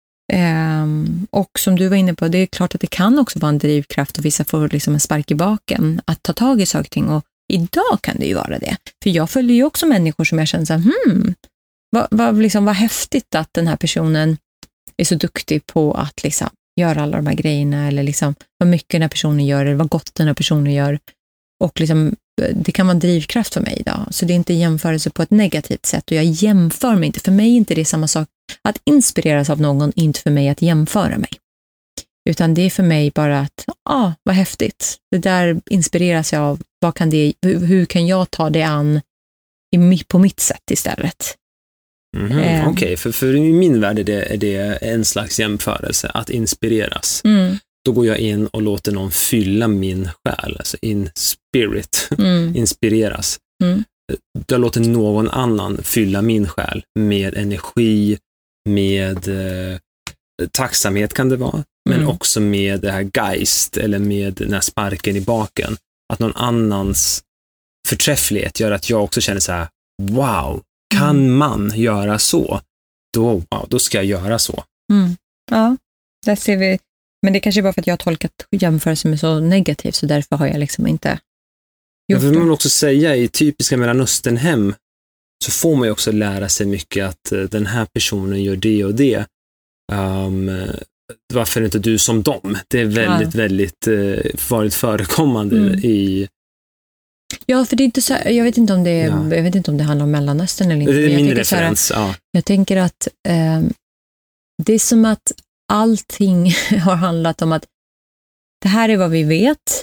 [SPEAKER 1] Ehm, och som du var inne på, det är klart att det kan också vara en drivkraft och vissa får liksom en spark i baken att ta tag i saker och ting. Och idag kan det ju vara det. För jag följer ju också människor som jag känner så här, hmm, vad, vad, liksom, vad häftigt att den här personen är så duktig på att liksom göra alla de här grejerna, eller liksom vad mycket den här personen gör, eller vad gott den här personen gör. Och liksom, det kan vara en drivkraft för mig idag. Så det är inte jämförelse på ett negativt sätt. Och jag jämför mig inte. För mig är inte det samma sak. Att inspireras av någon, inte för mig att jämföra mig. Utan det är för mig bara att, ja, ah, vad häftigt. Det där inspireras jag av. Vad kan det, hur, hur kan jag ta det an i, på mitt sätt istället?
[SPEAKER 2] Mm-hmm.
[SPEAKER 1] Eh.
[SPEAKER 2] Okej, okay, för, för i min värld är det, är det en slags jämförelse, att inspireras.
[SPEAKER 1] Mm.
[SPEAKER 2] Då går jag in och låter någon fylla min själ, alltså in spirit,
[SPEAKER 1] Mm.
[SPEAKER 2] inspireras.
[SPEAKER 1] Mm.
[SPEAKER 2] Jag låter någon annan fylla min själ med energi, med eh, tacksamhet kan det vara, men
[SPEAKER 1] Mm. också
[SPEAKER 2] också med det här geist, eller med den här sparken i baken. Att någon annans förträfflighet gör att jag också känner så här, wow, kan
[SPEAKER 1] Mm.
[SPEAKER 2] man göra så? Då, wow, då ska jag göra så.
[SPEAKER 1] Mm. Ja, där ser vi. Men det kanske är bara för att jag har tolkat jämförelsen med så negativt, så därför har jag liksom inte gjort
[SPEAKER 2] Därför vill
[SPEAKER 1] det.
[SPEAKER 2] man också säga, i typiska Mellanösternhem så får man ju också lära sig mycket att uh, den här personen gör det och det. Um, varför är inte du som dem? Det är väldigt,
[SPEAKER 1] Ja.
[SPEAKER 2] väldigt uh, varit förekommande
[SPEAKER 1] Mm.
[SPEAKER 2] i...
[SPEAKER 1] Ja, för det är inte så, jag vet inte om det är,
[SPEAKER 2] Ja.
[SPEAKER 1] jag vet inte om det handlar om Mellanöstern eller inte.
[SPEAKER 2] Det
[SPEAKER 1] men
[SPEAKER 2] är
[SPEAKER 1] jag
[SPEAKER 2] min
[SPEAKER 1] tänker så här,
[SPEAKER 2] referens, ja.
[SPEAKER 1] Jag tänker att eh, det är som att allting har handlat om att det här är vad vi vet,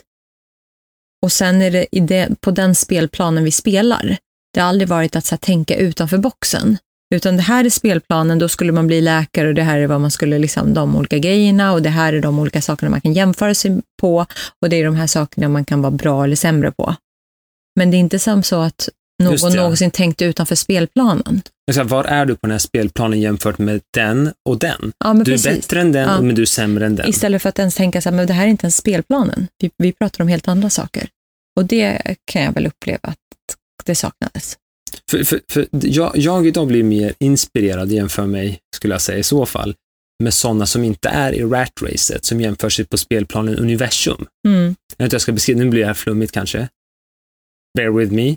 [SPEAKER 1] och sen är det, i det på den spelplanen vi spelar. Det har aldrig varit att så här, tänka utanför boxen, utan det här är spelplanen, då skulle man bli läkare och det här är vad man skulle, liksom de olika grejerna, och det här är de olika sakerna man kan jämföra sig på, och det är de här sakerna man kan vara bra eller sämre på. Men det är inte som så att
[SPEAKER 2] Just
[SPEAKER 1] någon
[SPEAKER 2] det, ja.
[SPEAKER 1] någonsin tänkte utanför spelplanen.
[SPEAKER 2] Jag säger, var är du på den här spelplanen jämfört med den och den?
[SPEAKER 1] Ja, men
[SPEAKER 2] Du är
[SPEAKER 1] precis.
[SPEAKER 2] bättre än den,
[SPEAKER 1] Ja.
[SPEAKER 2] men du är sämre än den.
[SPEAKER 1] Istället för att ens tänka så här, men det här är inte ens spelplanen. Vi, vi pratar om helt andra saker. Och det kan jag väl uppleva att det saknades.
[SPEAKER 2] För, för, för jag, jag idag blir mer inspirerad jämför mig, skulle jag säga i så fall, med sådana som inte är i rat-racet, som jämför sig på spelplanen universum.
[SPEAKER 1] Mm.
[SPEAKER 2] Jag vet inte hur jag ska beskriva, nu blir det här flummigt kanske. Bear with me.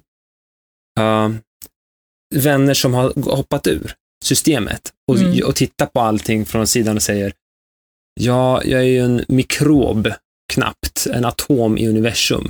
[SPEAKER 2] Uh, vänner som har hoppat ur systemet och,
[SPEAKER 1] Mm.
[SPEAKER 2] och tittar på allting från sidan och säger, ja, jag är ju en mikrob knappt, en atom i universum.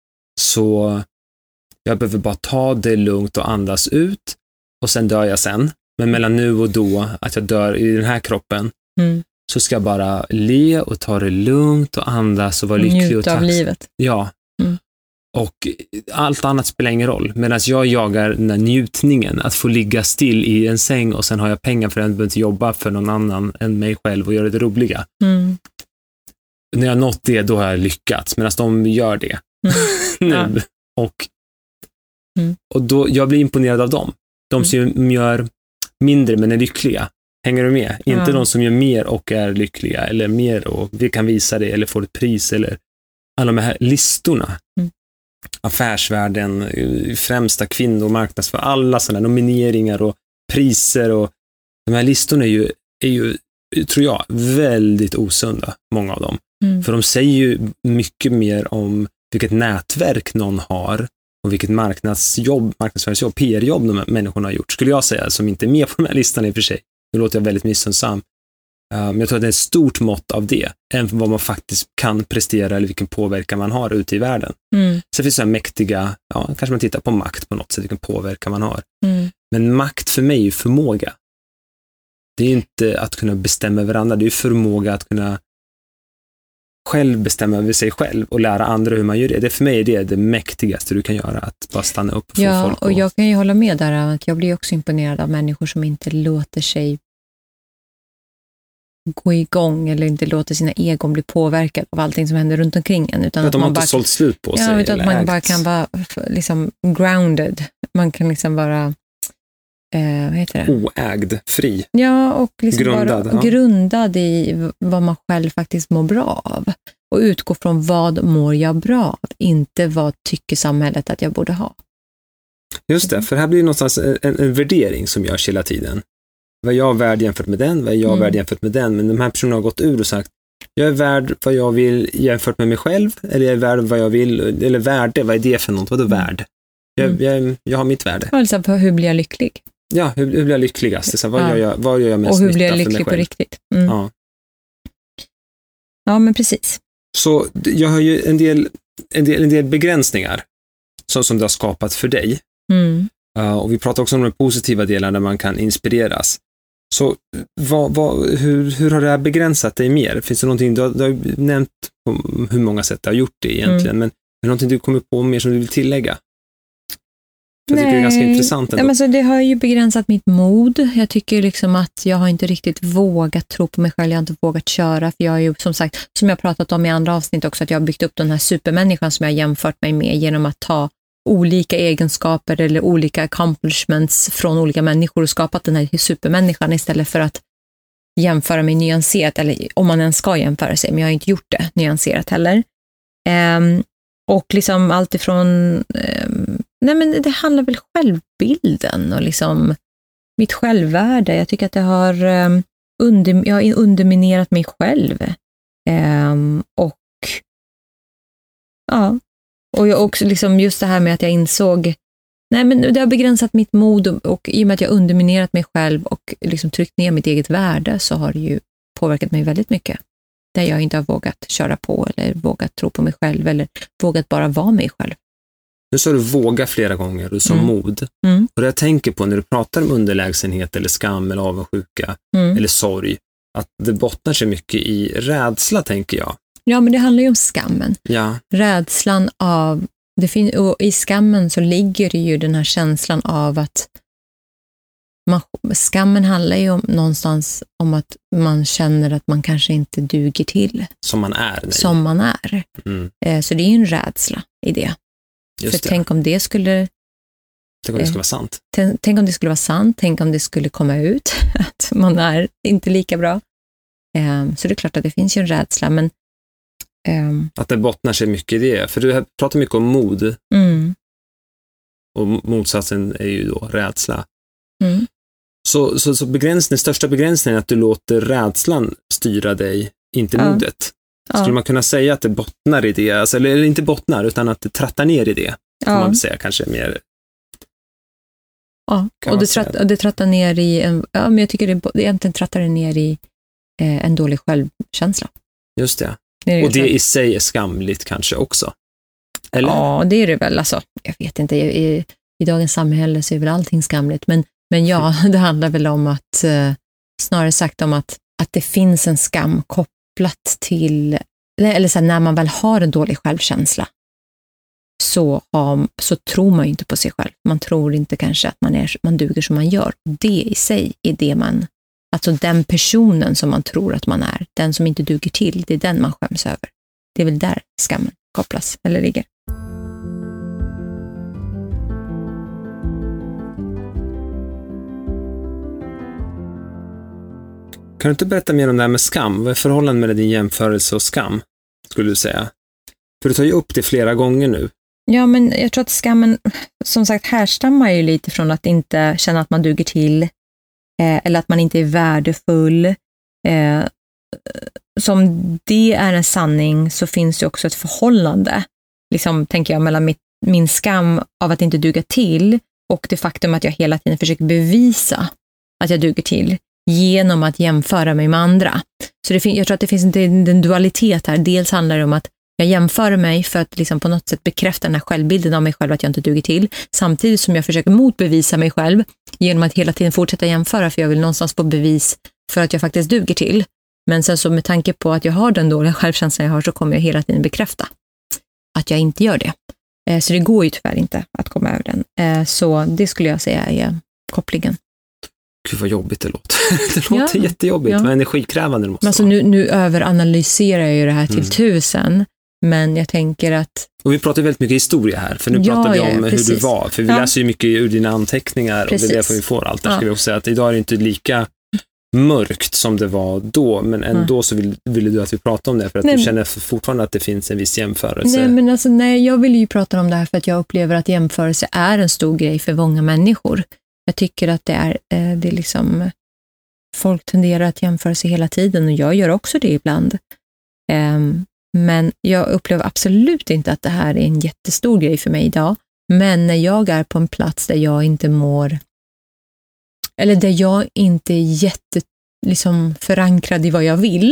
[SPEAKER 2] Så jag behöver bara ta det lugnt och andas ut, och sen dör jag sen. Men mellan nu och då, att jag dör i den här kroppen,
[SPEAKER 1] Mm.
[SPEAKER 2] så ska jag bara le och ta det lugnt och andas och vara lycklig och
[SPEAKER 1] Njuta av
[SPEAKER 2] tacksam.
[SPEAKER 1] livet.
[SPEAKER 2] Ja.
[SPEAKER 1] Mm.
[SPEAKER 2] Och allt annat spelar ingen roll. Medan jag jagar den här njutningen, att få ligga still i en säng och sen har jag pengar för att jag behöver inte jobba för någon annan än mig själv och göra det roliga.
[SPEAKER 1] Mm.
[SPEAKER 2] När jag har nått det, då har jag lyckats. Medan de gör det
[SPEAKER 1] Mm.
[SPEAKER 2] nu.
[SPEAKER 1] Ja.
[SPEAKER 2] Och,
[SPEAKER 1] Mm.
[SPEAKER 2] och då, jag blir imponerad av dem. De som gör mindre men är lyckliga. Hänger du med? Inte
[SPEAKER 1] Ja.
[SPEAKER 2] de som gör mer och är lyckliga, eller mer och vi kan visa det, eller får ett pris, eller alla de här listorna.
[SPEAKER 1] Mm.
[SPEAKER 2] Affärsvärlden, främsta kvinnor, marknadsför, alla sådana nomineringar och priser, och de här listorna är ju, är ju, tror jag, väldigt osunda, många av dem.
[SPEAKER 1] Mm.
[SPEAKER 2] För de säger ju mycket mer om vilket nätverk någon har och vilket marknadsjobb, marknadsföringsjobb, P R-jobb de här människorna har gjort, skulle jag säga, som inte är med på de här listan i och för sig. Nu låter jag väldigt missunnsam. Uh, men jag tror att det är ett stort mått av det, än vad man faktiskt kan prestera eller vilken påverkan man har ute i världen.
[SPEAKER 1] Mm.
[SPEAKER 2] Så finns det här mäktiga, ja, kanske man tittar på makt på något sätt, vilken påverkan man har.
[SPEAKER 1] Mm.
[SPEAKER 2] Men makt för mig är ju förmåga. Det är inte att kunna bestämma över andra, det är ju förmåga att kunna själv bestämma över sig själv och lära andra hur man gör det. Det för mig är det det mäktigaste du kan göra, att bara stanna upp och få
[SPEAKER 1] Ja,
[SPEAKER 2] folk
[SPEAKER 1] och jag kan ju hålla med där, att jag blir också imponerad av människor som inte låter sig gå igång eller inte låter sina egon bli påverkad av allting som händer runt omkring en. Utan
[SPEAKER 2] att,
[SPEAKER 1] att
[SPEAKER 2] de
[SPEAKER 1] man
[SPEAKER 2] har inte
[SPEAKER 1] bara,
[SPEAKER 2] sålt slut på sig.
[SPEAKER 1] Ja, utan
[SPEAKER 2] eller
[SPEAKER 1] att man
[SPEAKER 2] ägt.
[SPEAKER 1] bara kan vara liksom grounded. Man kan liksom vara eh, vad heter det?
[SPEAKER 2] Oägd, fri.
[SPEAKER 1] Ja, och liksom
[SPEAKER 2] grundad,
[SPEAKER 1] vara
[SPEAKER 2] ja.
[SPEAKER 1] grundad i vad man själv faktiskt mår bra av. Och utgå från vad mår jag bra av, inte vad tycker samhället att jag borde ha.
[SPEAKER 2] Just det, för här blir det någonstans en, en värdering som görs hela tiden. Vad är jag värd jämfört med den? Vad är jag mm. värd jämfört med den? Men de här personerna har gått ur och sagt, jag är värd vad jag vill jämfört med mig själv, eller jag är värd vad jag vill, eller värde, vad är det för något? Vad är det värd? Jag, mm. jag, jag har mitt värde.
[SPEAKER 1] Alltså, hur blir jag lycklig?
[SPEAKER 2] Ja, hur, hur blir jag lyckligast? Så, vad,
[SPEAKER 1] ja.
[SPEAKER 2] gör jag, vad gör jag mest
[SPEAKER 1] och hur blir
[SPEAKER 2] nytta
[SPEAKER 1] jag
[SPEAKER 2] för mig
[SPEAKER 1] lycklig
[SPEAKER 2] själv?
[SPEAKER 1] på riktigt? Mm.
[SPEAKER 2] Ja.
[SPEAKER 1] ja, men precis.
[SPEAKER 2] Så jag har ju en del, en del, en del begränsningar som, som det har skapat för dig.
[SPEAKER 1] Mm.
[SPEAKER 2] Uh, och vi pratar också om de positiva delarna där man kan inspireras. Så vad, vad, hur, hur har det här begränsat dig mer? Finns det någonting, du har, du har nämnt på hur många sätt du har gjort det egentligen, mm. men är det någonting du kommer på mer som du vill tillägga? För jag tycker det är ganska intressant ändå.
[SPEAKER 1] Nej, men så det har ju begränsat mitt mod. Jag tycker liksom att jag har inte riktigt vågat tro på mig själv. Jag har inte vågat köra. För jag har ju som sagt, som jag pratat om i andra avsnitt också, att jag har byggt upp den här supermänniskan som jag har jämfört mig med genom att ta olika egenskaper eller olika accomplishments från olika människor och skapat den här supermänniskan istället för att jämföra mig nyanserat, eller om man ens ska jämföra sig, men jag har inte gjort det nyanserat heller. Um, och liksom allt ifrån um, nej men det handlar väl självbilden och liksom mitt självvärde. Jag tycker att det har um, under, jag har underminerat mig själv. Um, och ja, och jag också liksom just det här med att jag insåg, nej men det har begränsat mitt mod och, och i och med att jag underminerat mig själv och liksom tryckt ner mitt eget värde, så har det ju påverkat mig väldigt mycket. Där jag inte har vågat köra på eller vågat tro på mig själv eller vågat bara vara mig själv.
[SPEAKER 2] Nu sa du våga flera gånger, du sa
[SPEAKER 1] mm.
[SPEAKER 2] mod.
[SPEAKER 1] Mm.
[SPEAKER 2] Och det jag tänker på när du pratar om underlägsenhet eller skam eller avundsjuka
[SPEAKER 1] mm.
[SPEAKER 2] eller sorg, att det bottnar sig mycket i rädsla, tänker jag.
[SPEAKER 1] Ja, men det handlar ju om skammen.
[SPEAKER 2] Ja.
[SPEAKER 1] Rädslan av, det fin- och i skammen så ligger det ju den här känslan av att man, skammen handlar ju om, någonstans om att man känner att man kanske inte duger till.
[SPEAKER 2] Som man är. Nej.
[SPEAKER 1] Som man är.
[SPEAKER 2] Mm.
[SPEAKER 1] Eh, så det är ju en rädsla i det.
[SPEAKER 2] Just
[SPEAKER 1] För
[SPEAKER 2] det.
[SPEAKER 1] tänk om det skulle...
[SPEAKER 2] Tänk om det skulle vara sant.
[SPEAKER 1] T- tänk om det skulle vara sant. Tänk om det skulle komma ut att man är inte lika bra. Eh, så det är klart att det finns ju en rädsla, men Um,
[SPEAKER 2] att det bottnar sig mycket i det. För du pratar mycket om mod.
[SPEAKER 1] Mm.
[SPEAKER 2] Och motsatsen är ju då rädsla.
[SPEAKER 1] Mm.
[SPEAKER 2] Så, så, så begränsning, den största begränsningen är att du låter rädslan styra dig, inte
[SPEAKER 1] ja.
[SPEAKER 2] modet.
[SPEAKER 1] Ja.
[SPEAKER 2] Skulle man kunna säga att det bottnar i det? Alltså, eller, eller inte bottnar, utan att det trattar ner i det. Kan
[SPEAKER 1] ja.
[SPEAKER 2] man säga kanske mer.
[SPEAKER 1] Ja, och det, tratt, och det trattar ner i en, ja, men jag tycker det, det egentligen trattar det ner i eh, en dålig självkänsla.
[SPEAKER 2] Just det.
[SPEAKER 1] Det
[SPEAKER 2] och det i sig är skamligt kanske också. Eller?
[SPEAKER 1] Ja, det är det väl. Alltså, jag vet inte, i, i, i dagens samhälle så är väl allting skamligt. Men, men ja, det handlar väl om att, eh, snarare sagt om att, att det finns en skam kopplat till, eller så här, när man väl har en dålig självkänsla så, har, så tror man ju inte på sig själv. Man tror inte kanske att man, är, man duger som man gör. Det i sig är det man, alltså den personen som man tror att man är, den som inte duger till, det är den man skäms över. Det är väl där skammen kopplas eller ligger.
[SPEAKER 2] Kan du inte berätta mer om det här med skam? Vad är förhållandet mellan din jämförelse och skam, skulle du säga? För du tar ju upp det flera gånger nu.
[SPEAKER 1] Ja, men jag tror att skammen, som sagt, härstammar ju lite från att inte känna att man duger till. Eh, eller att man inte är värdefull. Eh, som det är en sanning så finns det också ett förhållande, liksom, tänker jag, mellan mitt, min skam av att inte duga till och det faktum att jag hela tiden försöker bevisa att jag duger till genom att jämföra mig med andra. Så det fin- jag tror att det finns en, en dualitet här. Dels handlar det om att jag jämför mig för att liksom på något sätt bekräfta den här självbilden av mig själv att jag inte duger till. Samtidigt som jag försöker motbevisa mig själv genom att hela tiden fortsätta jämföra, för jag vill någonstans få bevis för att jag faktiskt duger till. Men sen så med tanke på att jag har den dåliga självkänslan jag har, så kommer jag hela tiden bekräfta att jag inte gör det. Så det går ju tyvärr inte att komma över den. Så det skulle jag säga är kopplingen.
[SPEAKER 2] Gud vad jobbigt det låter. Det låter
[SPEAKER 1] ja.
[SPEAKER 2] jättejobbigt,
[SPEAKER 1] ja.
[SPEAKER 2] vad energikrävande det måste
[SPEAKER 1] men alltså,
[SPEAKER 2] vara.
[SPEAKER 1] nu, nu överanalyserar jag ju det här till
[SPEAKER 2] Mm.
[SPEAKER 1] tusen, men jag tänker att...
[SPEAKER 2] Och vi pratar väldigt mycket historia här, för nu
[SPEAKER 1] Ja,
[SPEAKER 2] pratar vi
[SPEAKER 1] ja,
[SPEAKER 2] om hur
[SPEAKER 1] precis.
[SPEAKER 2] du var. För vi
[SPEAKER 1] Ja.
[SPEAKER 2] läser ju mycket ur dina anteckningar
[SPEAKER 1] Precis.
[SPEAKER 2] och det är därför vi får allt. Där
[SPEAKER 1] Ja.
[SPEAKER 2] ska vi också säga att idag är det inte lika mörkt som det var då, men ändå
[SPEAKER 1] Ja.
[SPEAKER 2] så vill, ville du att vi pratar om det för att
[SPEAKER 1] Nej.
[SPEAKER 2] du känner fortfarande att det finns en viss jämförelse.
[SPEAKER 1] Nej, men alltså, nej, jag vill ju prata om det här för att jag upplever att jämförelse är en stor grej för många människor. Jag tycker att det är, eh, det är liksom, folk tenderar att jämföra sig hela tiden och jag gör också det ibland. Um, men jag upplever absolut inte att det här är en jättestor grej för mig idag. Men när jag är på en plats där jag inte mår, eller där jag inte är jätte liksom, förankrad i vad jag vill,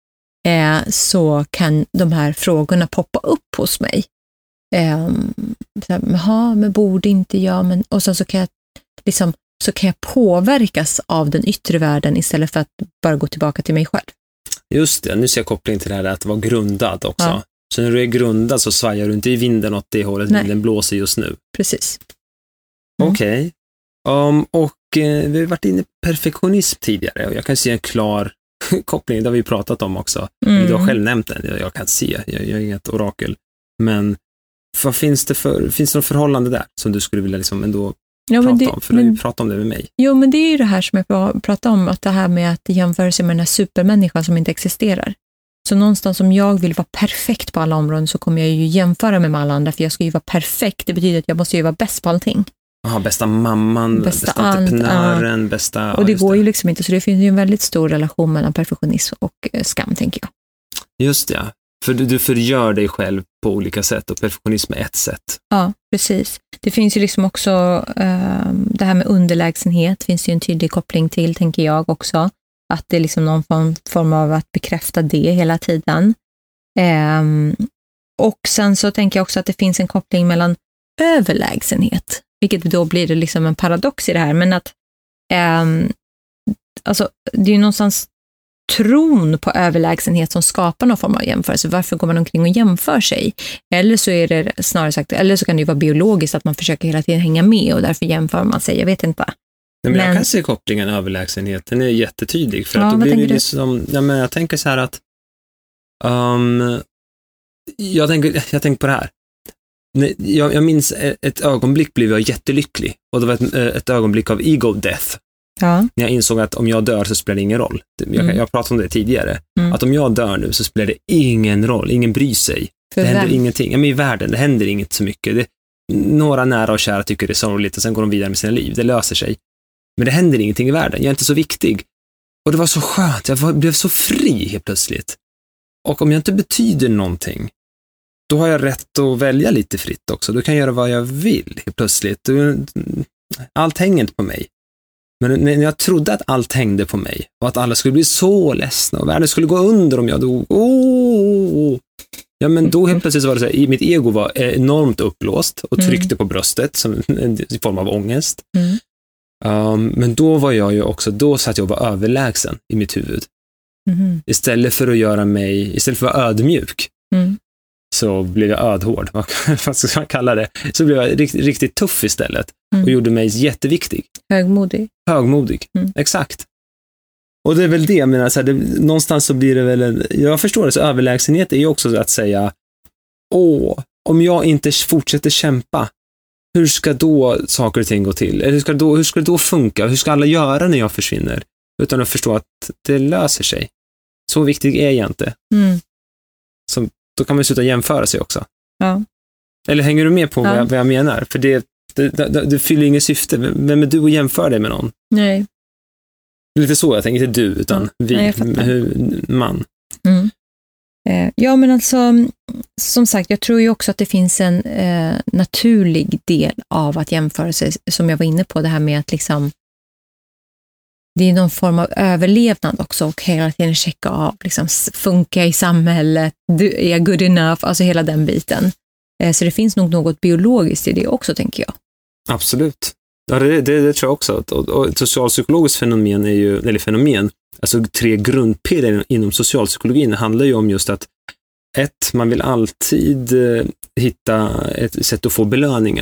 [SPEAKER 1] eh, så kan de här frågorna poppa upp hos mig. Eh, så här, jaha, men borde inte jag, men, och sen så kan jag liksom, så kan jag påverkas av den yttre världen istället för att bara gå tillbaka till mig själv.
[SPEAKER 2] Just det, nu ser jag kopplingen till det här att vara grundad också.
[SPEAKER 1] Ja.
[SPEAKER 2] Så när du är grundad så svajar du inte i vinden åt det hållet
[SPEAKER 1] Nej.
[SPEAKER 2] vinden blåser just nu.
[SPEAKER 1] Precis. Mm.
[SPEAKER 2] Okej. Okay. Um, och eh, vi har varit inne på perfektionism tidigare och jag kan se en klar koppling, det har vi pratat om också.
[SPEAKER 1] Mm.
[SPEAKER 2] Du har själv nämnt den, jag, jag kan se, jag, jag är inget orakel. Men vad finns det för, finns det något förhållande där som du skulle vilja liksom ändå
[SPEAKER 1] Ja,
[SPEAKER 2] prata
[SPEAKER 1] men det,
[SPEAKER 2] om? För
[SPEAKER 1] men,
[SPEAKER 2] du pratar om det med mig.
[SPEAKER 1] Jo, men det är ju det här som jag pratar om, att det här med att jämföra sig med den här supermänniskan som inte existerar. Så någonstans om jag vill vara perfekt på alla områden så kommer jag ju jämföra mig med alla andra, för jag ska ju vara perfekt. Det betyder att jag måste ju vara bäst på allting.
[SPEAKER 2] Aha, bästa mamman,
[SPEAKER 1] Bästa
[SPEAKER 2] bästa
[SPEAKER 1] aunt,
[SPEAKER 2] entreprenören, bästa...
[SPEAKER 1] Och det
[SPEAKER 2] ja,
[SPEAKER 1] går
[SPEAKER 2] det.
[SPEAKER 1] ju liksom inte, så det finns ju en väldigt stor relation mellan perfektionism och eh, skam, tänker jag.
[SPEAKER 2] Just det, ja. För du, du förgör dig själv på olika sätt och perfektionism är ett sätt.
[SPEAKER 1] Ja, precis. Det finns ju liksom också eh, det här med underlägsenhet, finns det ju en tydlig koppling till, tänker jag också. Att det är liksom någon form, form av att bekräfta det hela tiden. Eh, och sen så tänker jag också att det finns en koppling mellan överlägsenhet, vilket då blir det liksom en paradox i det här, men att eh, alltså, det är ju någonstans tron på överlägsenhet som skapar någon form av jämförelse. Varför går man omkring och jämför sig? Eller så är det snarare sagt, eller så kan det ju vara biologiskt att man försöker hela tiden hänga med och därför jämför man sig. Jag vet inte.
[SPEAKER 2] Nej, men
[SPEAKER 1] men
[SPEAKER 2] jag kan se kopplingen överlägsenhet. Den är jättetydlig. För
[SPEAKER 1] Ja,
[SPEAKER 2] att då
[SPEAKER 1] vad
[SPEAKER 2] blir det
[SPEAKER 1] tänker du?
[SPEAKER 2] liksom, ja, men jag tänker så här att um, jag, tänker, jag tänker på det här. Nej, Jag, jag minns ett ögonblick blev jag jättelycklig. Och det var ett, ett ögonblick av ego death.
[SPEAKER 1] Ja.
[SPEAKER 2] När jag insåg att om jag dör så spelar det ingen roll. Jag,
[SPEAKER 1] Mm.
[SPEAKER 2] jag pratade om det tidigare.
[SPEAKER 1] Mm.
[SPEAKER 2] Att om jag dör nu så spelar det ingen roll. Ingen bryr sig.
[SPEAKER 1] För
[SPEAKER 2] det händer
[SPEAKER 1] vem?
[SPEAKER 2] ingenting. Ja, men i världen, det händer inget så mycket. Det, några nära och kära tycker det är sorgligt och sen går de vidare med sina liv. Det löser sig. Men det händer ingenting i världen. Jag är inte så viktig. Och det var så skönt. Jag var, blev så fri helt plötsligt. Och om jag inte betyder någonting, då har jag rätt att välja lite fritt också. Då kan jag göra vad jag vill helt plötsligt. Allt hänger inte på mig. Men när jag trodde att allt hängde på mig och att alla skulle bli så ledsna och världen skulle gå under om jag dog. Oh! Ja, men då helt plötsligt var det så här, mitt ego var enormt uppblåst och tryckte mm. på bröstet som en form av ångest.
[SPEAKER 1] Mm.
[SPEAKER 2] Um, men då var jag ju också, då satt jag och var överlägsen i mitt huvud.
[SPEAKER 1] Mm.
[SPEAKER 2] Istället för att göra mig, istället för att vara ödmjuk
[SPEAKER 1] Mm.
[SPEAKER 2] så blev jag ödhård. Vad ska man kalla det? Så blev jag riktigt, riktigt tuff istället
[SPEAKER 1] Mm.
[SPEAKER 2] och gjorde mig jätteviktig.
[SPEAKER 1] Högmodig.
[SPEAKER 2] Högmodig,
[SPEAKER 1] Mm.
[SPEAKER 2] exakt. Och det är väl det, jag menar, så här, det, någonstans så blir det väl, en, jag förstår det, så överlägsenhet är ju också att säga, åh, om jag inte fortsätter kämpa, hur ska då saker och ting gå till? Eller hur ska, då, hur ska det då funka? Hur ska alla göra när jag försvinner? Utan att förstå att det löser sig. Så viktig är jag inte.
[SPEAKER 1] Mm.
[SPEAKER 2] Så, då kan man sluta jämföra sig också.
[SPEAKER 1] Ja.
[SPEAKER 2] Eller hänger du med på
[SPEAKER 1] Ja.
[SPEAKER 2] vad, jag, vad jag menar? För det, det, det, det fyller inget syfte. Vem är du att jämföra dig med någon?
[SPEAKER 1] Nej.
[SPEAKER 2] Lite så, jag tänker inte du, utan
[SPEAKER 1] Ja.
[SPEAKER 2] vi,
[SPEAKER 1] Nej, jag fattar.
[SPEAKER 2] hur, man.
[SPEAKER 1] Mm. Eh, ja, men alltså, som sagt, jag tror ju också att det finns en eh, naturlig del av att jämföra sig, som jag var inne på, det här med att liksom, det är någon form av överlevnad också och hela tiden checka av, liksom, funkar i samhället, du, är jag good enough, alltså hela den biten. Eh, så det finns nog något biologiskt i det också, tänker jag.
[SPEAKER 2] Absolut. Ja, det, det, det tror jag också. Och, och ett socialpsykologiskt fenomen är ju, eller fenomen, alltså tre grundpelare inom socialpsykologin handlar ju om just att ett, man vill alltid eh, hitta ett sätt att få belöningar.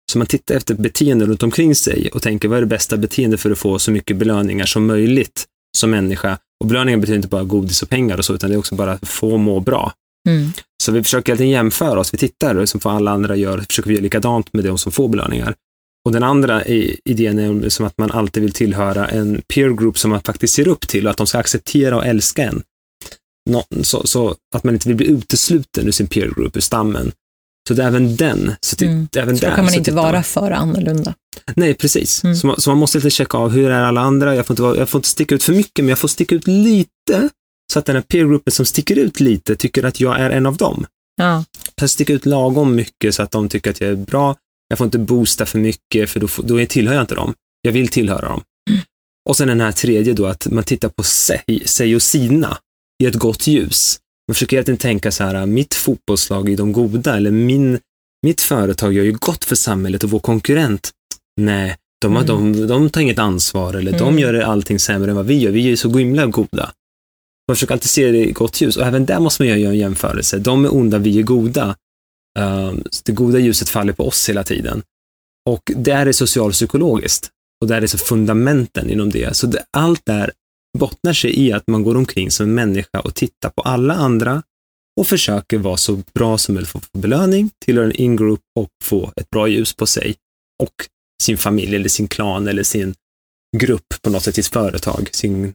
[SPEAKER 2] Så man tittar efter beteenden runt omkring sig och tänker vad är det bästa beteende för att få så mycket belöningar som möjligt som människa. Och belöningar betyder inte bara godis och pengar och så, utan det är också bara att få må bra.
[SPEAKER 1] Mm.
[SPEAKER 2] Så vi försöker alltid jämföra oss. Vi tittar som för alla andra gör, försöker vi göra likadant med de som får belöningar. Och den andra idén är som att man alltid vill tillhöra en peer group som man faktiskt ser upp till och att de ska acceptera och älska en. No, så, så att man inte vill bli utesluten ur sin peer group, ur stammen. Så det är även den. Så, till,
[SPEAKER 1] mm.
[SPEAKER 2] även
[SPEAKER 1] så
[SPEAKER 2] där,
[SPEAKER 1] kan man
[SPEAKER 2] så
[SPEAKER 1] inte vara för annorlunda.
[SPEAKER 2] Nej, precis.
[SPEAKER 1] Mm.
[SPEAKER 2] Så, man, så man måste lite checka av hur är alla andra. Jag får, inte vara, jag får inte sticka ut för mycket, men jag får sticka ut lite så att den här peer groupen som sticker ut lite tycker att jag är en av dem.
[SPEAKER 1] Ja.
[SPEAKER 2] Jag sticker ut lagom mycket så att de tycker att jag är bra. Jag får inte boosta för mycket för då, då tillhör jag inte dem. Jag vill tillhöra dem. Mm. Och sen den här tredje då, att man tittar på sig, sig och sina i ett gott ljus. Man försöker egentligen tänka så här, mitt fotbollslag är de goda eller min, mitt företag gör ju gott för samhället och vår konkurrent. Nej, de, har, mm. de, de tar inget ansvar eller mm. de gör allting sämre än vad vi gör. Vi är ju så himla goda. Man försöker alltid se det i gott ljus och även där måste man göra en jämförelse. De är onda, vi är goda. Uh, det goda ljuset faller på oss hela tiden. Och det är socialpsykologiskt och där är så fundamenten inom det. Så det, allt där bottnar sig i att man går omkring som en människa och tittar på alla andra och försöker vara så bra som möjligt för att få belöning, tillhöra en in-group och få ett bra ljus på sig och sin familj eller sin klan eller sin grupp på något sätt, sitt företag, sin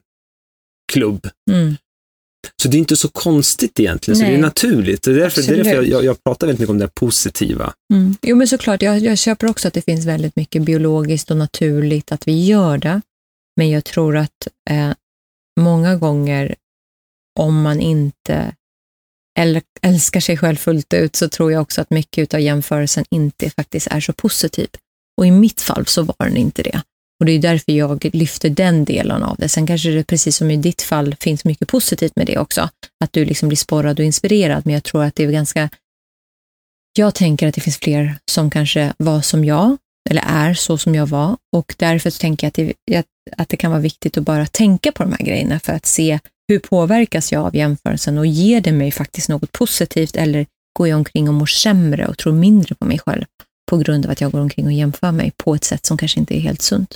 [SPEAKER 2] klubb. Mm. Så det är inte så konstigt egentligen, Nej. Så det är naturligt. Det är därför, det är därför jag, jag, jag pratar väldigt mycket om det positiva.
[SPEAKER 1] Mm. Jo, men såklart, jag, jag köper också att det finns väldigt mycket biologiskt och naturligt att vi gör det. Men jag tror att eh, många gånger om man inte eller älskar sig själv fullt ut så tror jag också att mycket av jämförelsen inte faktiskt är så positiv. Och i mitt fall så var den inte det. Och det är därför jag lyfter den delen av det. Sen kanske det precis som i ditt fall finns mycket positivt med det också. Att du liksom blir sporrad och inspirerad. Men jag tror att det är ganska... Jag tänker att det finns fler som kanske var som jag. Eller är så som jag var. Och därför så tänker jag att det, att det kan vara viktigt att bara tänka på de här grejerna. För att se hur påverkas jag av jämförelsen. Och ger det mig faktiskt något positivt. Eller går jag omkring och mår sämre och tror mindre på mig själv. På grund av att jag går omkring och jämför mig på ett sätt som kanske inte är helt sunt.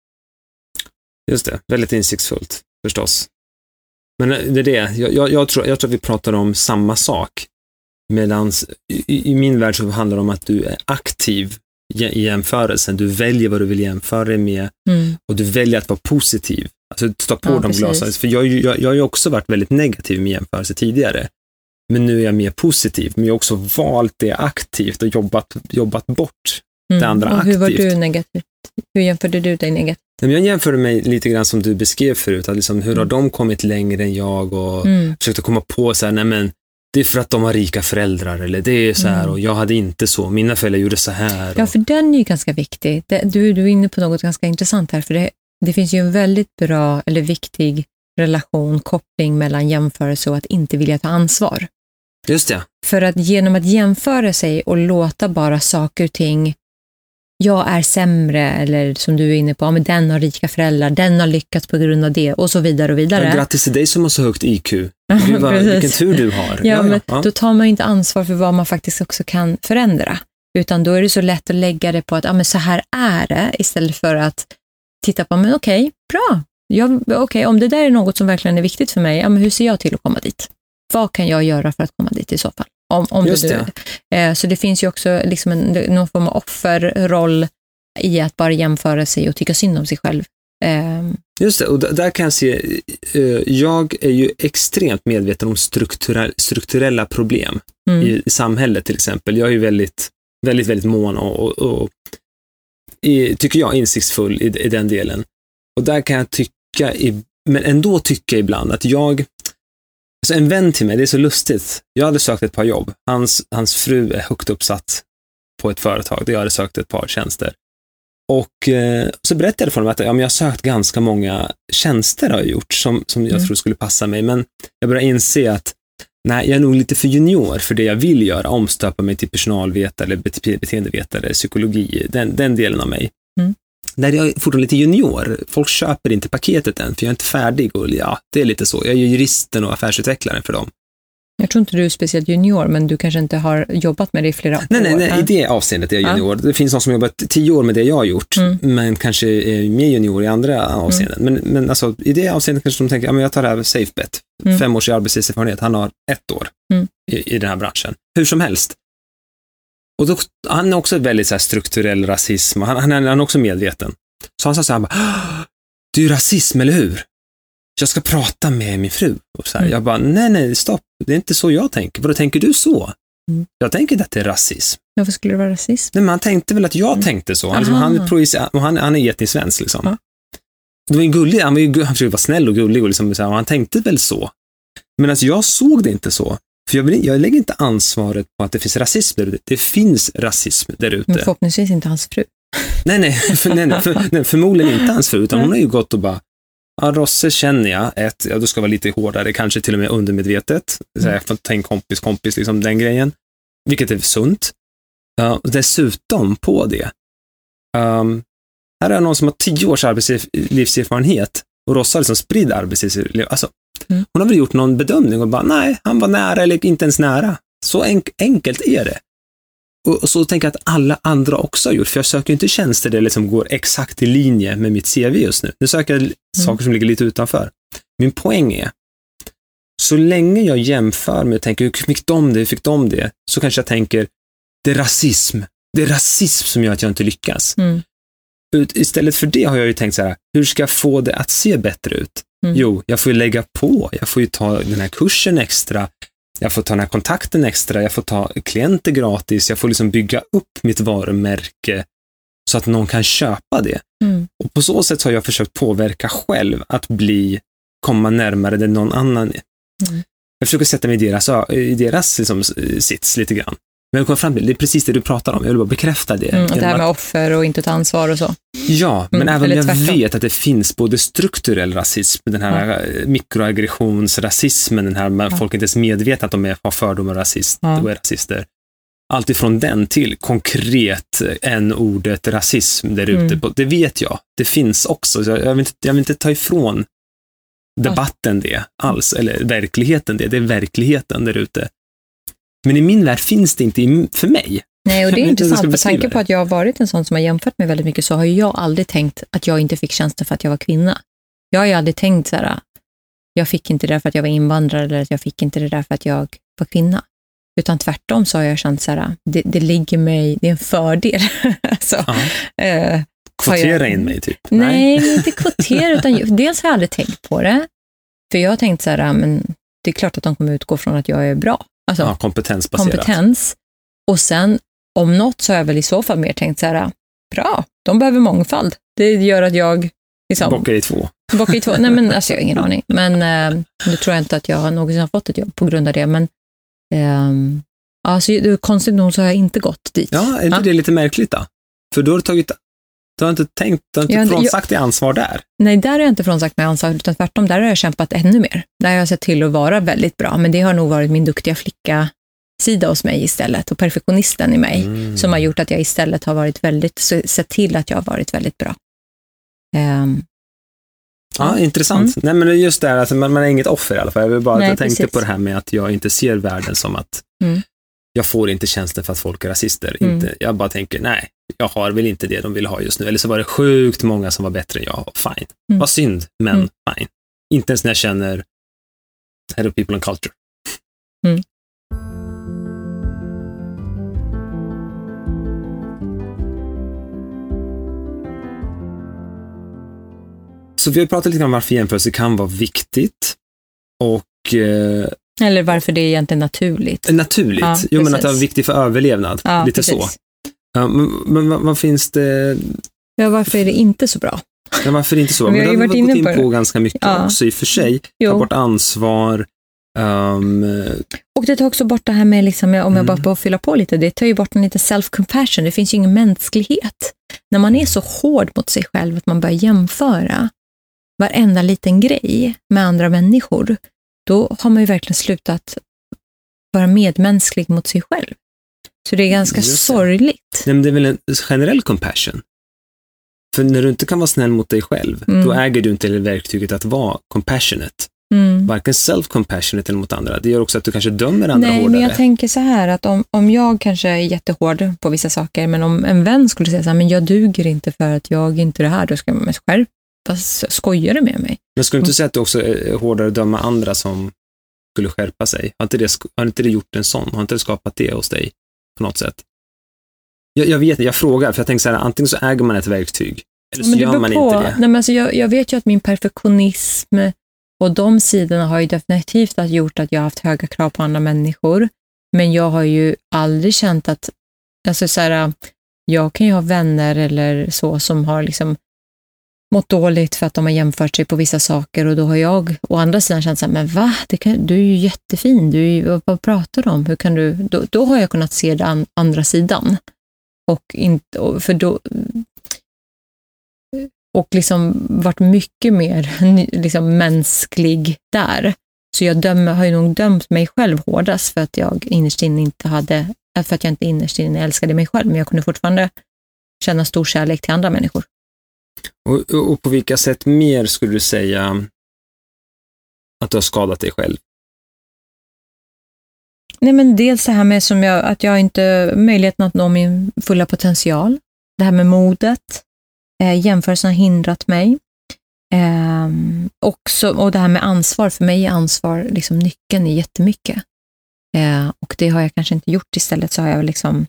[SPEAKER 2] Just det, väldigt insiktsfullt förstås. Men det är det, jag, jag, jag, tror, jag tror att vi pratar om samma sak. Medan i, i min värld så handlar det om att du är aktiv i jämförelsen. Du väljer vad du vill jämföra dig med mm. och du väljer att vara positiv. Alltså ta på ja, de glasen. För jag, jag, jag har ju också varit väldigt negativ med jämförelse tidigare. Men nu är jag mer positiv. Men jag har också valt det aktivt och jobbat, jobbat bort mm. det andra
[SPEAKER 1] och hur
[SPEAKER 2] aktivt.
[SPEAKER 1] Hur var du negativ? Hur jämförde du dig negativt?
[SPEAKER 2] Jag jämförde mig lite grann som du beskrev förut. Att liksom, hur har de kommit längre än jag? Och mm. försökte komma på så här, nej men det är för att de har rika föräldrar. Eller det är så här mm. och jag hade inte så. Mina föräldrar gjorde så här. Och...
[SPEAKER 1] Ja, för den är ju ganska viktig. Det, du, du är inne på något ganska intressant här. För det, det finns ju en väldigt bra eller viktig relation, koppling mellan jämförelse och att inte vilja ta ansvar.
[SPEAKER 2] Just det.
[SPEAKER 1] För att genom att jämföra sig och låta bara saker och ting, jag är sämre eller som du är inne på, men den har rika föräldrar, den har lyckats på grund av det och så vidare och vidare.
[SPEAKER 2] Ja, grattis till dig som har så högt I Q. Gud, vad, vilken tur du har.
[SPEAKER 1] Ja, ja, men ja. Då tar man inte ansvar för vad man faktiskt också kan förändra. Utan då är det så lätt att lägga det på att ja, men så här är det istället för att titta på, men okej, okay, bra. Jag, okay, om det där är något som verkligen är viktigt för mig, ja, men hur ser jag till att komma dit? Vad kan jag göra för att komma dit i så fall? Om, om
[SPEAKER 2] Just
[SPEAKER 1] det, det. Eh, så det finns ju också liksom en, någon form av offerroll i att bara jämföra sig och tycka synd om sig själv. Eh.
[SPEAKER 2] Just det, och där, där kan jag se, eh, jag är ju extremt medveten om strukturell, strukturella problem mm. i, i samhället till exempel. Jag är ju väldigt, väldigt, väldigt mån och, och, och i, tycker jag insiktsfull i, i den delen. Och där kan jag tycka, i, men ändå tycka ibland att jag alltså en vän till mig, det är så lustigt. Jag hade sökt ett par jobb. Hans, hans fru är högt uppsatt på ett företag där jag hade sökt ett par tjänster. Och eh, så berättade jag för honom att ja, men jag har sökt ganska många tjänster har jag gjort som, som jag mm. tror skulle passa mig. Men jag började inse att nej, jag är nog lite för junior för det jag vill göra. Omstöpa mig till personalvetare eller beteendevetare, psykologi, den, den delen av mig. Mm. När jag är fortfarande lite junior, folk köper inte paketet än för jag är inte färdig och ja, det är lite så. Jag är ju juristen och affärsutvecklaren för dem.
[SPEAKER 1] Jag tror inte du är speciellt junior, men du kanske inte har jobbat med det i flera år.
[SPEAKER 2] Nej, nej, nej, i det avseendet är jag junior. Ja. Det finns någon som har jobbat tio år med det jag har gjort, mm. men kanske är mer junior i andra avseenden. Mm. Men, men alltså, i det avseendet kanske de tänker, ja, men jag tar det här safe bet. Mm. Fem års arbetslivserfarenhet, han har ett år mm. i, i den här branschen. Hur som helst. Och då, han är också väldigt så här, strukturell rasism. Han, han, är, han är också medveten. Så han sa så här, det är ju rasism, eller hur? Jag ska prata med min fru. Och så här, mm. Jag bara, nej, nej, stopp. Det är inte så jag tänker. Vadå, tänker du så? Mm. Jag tänker att det är rasism.
[SPEAKER 1] Varför skulle det vara rasism?
[SPEAKER 2] Nej, men han tänkte väl att jag mm. tänkte så. Han, liksom, han, han, han är etnisk svensk liksom. Ja. Det var ju gullig, han, var ju, han försökte vara snäll och gullig och, liksom, så här, och han tänkte väl så. Men alltså, jag såg det inte så. För jag, jag lägger inte ansvaret på att det finns rasism där ute. Det finns rasism där ute.
[SPEAKER 1] Men förhoppningsvis inte hans fru.
[SPEAKER 2] Nej, nej, för, nej, nej, för, nej förmodligen inte hans fru. Utan hon har ju gått och bara, ja, Rosse känner jag ett, ja, då ska vara lite hårdare, kanske till och med undermedvetet. Så här, jag får ta en kompis, kompis, liksom den grejen. Vilket är sunt. Uh, dessutom på det. Um, här är någon som har tio års arbetslivserfarenhet och Rosse har liksom spridd arbetslivserfarenhet. Alltså, mm. hon har väl gjort någon bedömning och bara, nej, han var nära eller inte ens nära. Så enk- enkelt är det. Och, och så tänker jag att alla andra också har gjort, för jag söker inte tjänster där liksom går exakt i linje med mitt C V just nu. Nu söker jag mm. saker som ligger lite utanför. Min poäng är, så länge jag jämför med och tänker, hur fick de det, hur fick de det? Så kanske jag tänker, det är rasism. Det är rasism som gör att jag inte lyckas. Mm. Istället för det har jag ju tänkt så här, hur ska jag få det att se bättre ut? Mm. Jo, jag får ju lägga på. Jag får ju ta den här kursen extra. Jag får ta den här kontakten extra. Jag får ta klienter gratis. Jag får liksom bygga upp mitt varumärke så att någon kan köpa det. Mm. Och på så sätt har jag försökt påverka själv att bli, komma närmare det någon annan är. Mm. Jag försöker sätta mig i deras, i deras liksom, sits lite grann. Men jag kom fram till, det är precis det du pratar om. Jag vill bara bekräfta det.
[SPEAKER 1] Mm, det här med offer och inte ta ansvar och så.
[SPEAKER 2] Ja, men mm, även jag tvärtom. Vet att det finns både strukturell rasism, den här mm. mikroaggressionsrasismen, den här mm. folk inte ens medvetna att de är, har fördomar och rasist, mm. och är rasister. Allt ifrån den till konkret en ordet rasism där ute. Mm. Det vet jag. Det finns också. Så jag, vill inte, jag vill inte ta ifrån debatten det alls, eller verkligheten det. Det är verkligheten där ute. Men i min värld finns det inte för mig.
[SPEAKER 1] Nej, och det är intressant. För tanke på att jag har varit en sån som har jämfört mig väldigt mycket, så har jag aldrig tänkt att jag inte fick tjänster för att jag var kvinna. Jag har ju aldrig tänkt så här, jag fick inte det där för att jag var invandrare, eller att jag fick inte det där för att jag var kvinna. Utan tvärtom så har jag känt så här, det, det ligger mig, det är en fördel. alltså, eh,
[SPEAKER 2] kvotera jag, in mig typ.
[SPEAKER 1] Nej, nej inte kvotera, utan dels har jag aldrig tänkt på det. För jag har tänkt så här, men det är klart att de kommer utgå från att jag är bra. Alltså,
[SPEAKER 2] ja, kompetensbaserat.
[SPEAKER 1] Kompetens. Och sen, om något, så har jag väl i så fall mer tänkt så här, bra, de behöver mångfald. Det gör att jag liksom,
[SPEAKER 2] bockar i två.
[SPEAKER 1] Bockar i två. Nej, men alltså, jag har ingen aning. Men eh, nu tror jag inte att jag någonsin har fått ett jobb på grund av det. Men eh, alltså, det är konstigt nog så har jag inte gått dit.
[SPEAKER 2] Ja, är inte ja. det lite märkligt då? För då har du tagit... Du har inte tänkt, du har inte jag, frånsagt jag, ansvar där.
[SPEAKER 1] Nej, där har jag inte frånsagt mig ansvar, utan tvärtom, där har jag kämpat ännu mer. Där har jag sett till att vara väldigt bra, men det har nog varit min duktiga flicka-sida hos mig istället, och perfektionisten i mig, mm. som har gjort att jag istället har varit väldigt, sett till att jag har varit väldigt bra. Um,
[SPEAKER 2] ja, ja, intressant. Mm. Nej, men just det här, alltså, man, man är inget offer i alla fall. Jag vill bara Nej, jag tänkte på det här med att jag inte ser världen som att mm. jag får inte tjänsten för att folk är rasister. Mm. Inte, jag bara tänker, nej, jag har väl inte det de vill ha just nu. Eller så var det sjukt många som var bättre än jag. Fine. Mm. Vad synd, men mm. fine. Inte ens när jag känner head of people and culture. Mm. Så vi har pratat lite om varför jämförelse kan vara viktigt. Och... Eh,
[SPEAKER 1] Eller varför det är egentligen naturligt.
[SPEAKER 2] Naturligt. Ja, jo, men att det är viktigt för överlevnad. Ja, lite precis. Så. Ja, men, men vad, vad finns det...
[SPEAKER 1] Ja, varför är det inte så bra?
[SPEAKER 2] Ja, varför är det inte så bra? Men, men det har vi gått in på, på ganska mycket ja. också i och för sig. Jo. Ta bort ansvar. Um...
[SPEAKER 1] Och det tar också bort det här med, liksom, om jag mm. bara får fylla på lite, det tar ju bort en lite self-compassion. Det finns ju ingen mänsklighet. När man är så hård mot sig själv att man börjar jämföra varenda liten grej med andra människor, då har man ju verkligen slutat vara medmänsklig mot sig själv. Så det är ganska sorgligt.
[SPEAKER 2] Nej, men det är väl en generell compassion. För när du inte kan vara snäll mot dig själv, mm. då äger du inte verktyget att vara compassionate.
[SPEAKER 1] Mm.
[SPEAKER 2] varken self-compassionate mot andra. Det gör också att du kanske dömer andra
[SPEAKER 1] Nej,
[SPEAKER 2] hårdare.
[SPEAKER 1] men jag tänker så här att om, om jag kanske är jättehård på vissa saker, men om en vän skulle säga så här, men jag duger inte för att jag inte är det här, då ska man mest skärpa, skojar det med mig.
[SPEAKER 2] Men skulle du inte säga att du också är hårdare att döma andra som skulle skärpa sig? Har inte det, har inte det gjort en sån? Har inte det skapat det hos dig på något sätt? Jag, jag vet, jag frågar, för jag tänker så här, antingen så äger man ett verktyg, eller så
[SPEAKER 1] men
[SPEAKER 2] gör man
[SPEAKER 1] på.
[SPEAKER 2] inte det.
[SPEAKER 1] Nej, men alltså jag, jag vet ju att min perfektionism och de sidorna har ju definitivt gjort att jag har haft höga krav på andra människor. Men jag har ju aldrig känt att, alltså så här, jag kan ju ha vänner eller så som har liksom mått dåligt för att de har jämfört sig på vissa saker, och då har jag å andra sidan känt så här, men va? Det kan, du är ju jättefin, du är ju, vad pratar du om? Hur kan du? Då, då har jag kunnat se den andra sidan. Och inte, för då och liksom varit mycket mer liksom mänsklig där. Så jag dömer, har ju nog dömt mig själv hårdast för att jag innerst inne inte hade, för att jag inte innerst inne älskade mig själv, men jag kunde fortfarande känna stor kärlek till andra människor.
[SPEAKER 2] Och, och på vilka sätt mer skulle du säga att du har skadat dig själv?
[SPEAKER 1] Nej, men dels det här med som jag, att jag inte möjligheten att nå min fulla potential. Det här med modet. Eh, jämförelsen har hindrat mig. Eh, också, och det här med ansvar. För mig är ansvar liksom nyckeln i jättemycket. Eh, och det har jag kanske inte gjort. Istället så har jag liksom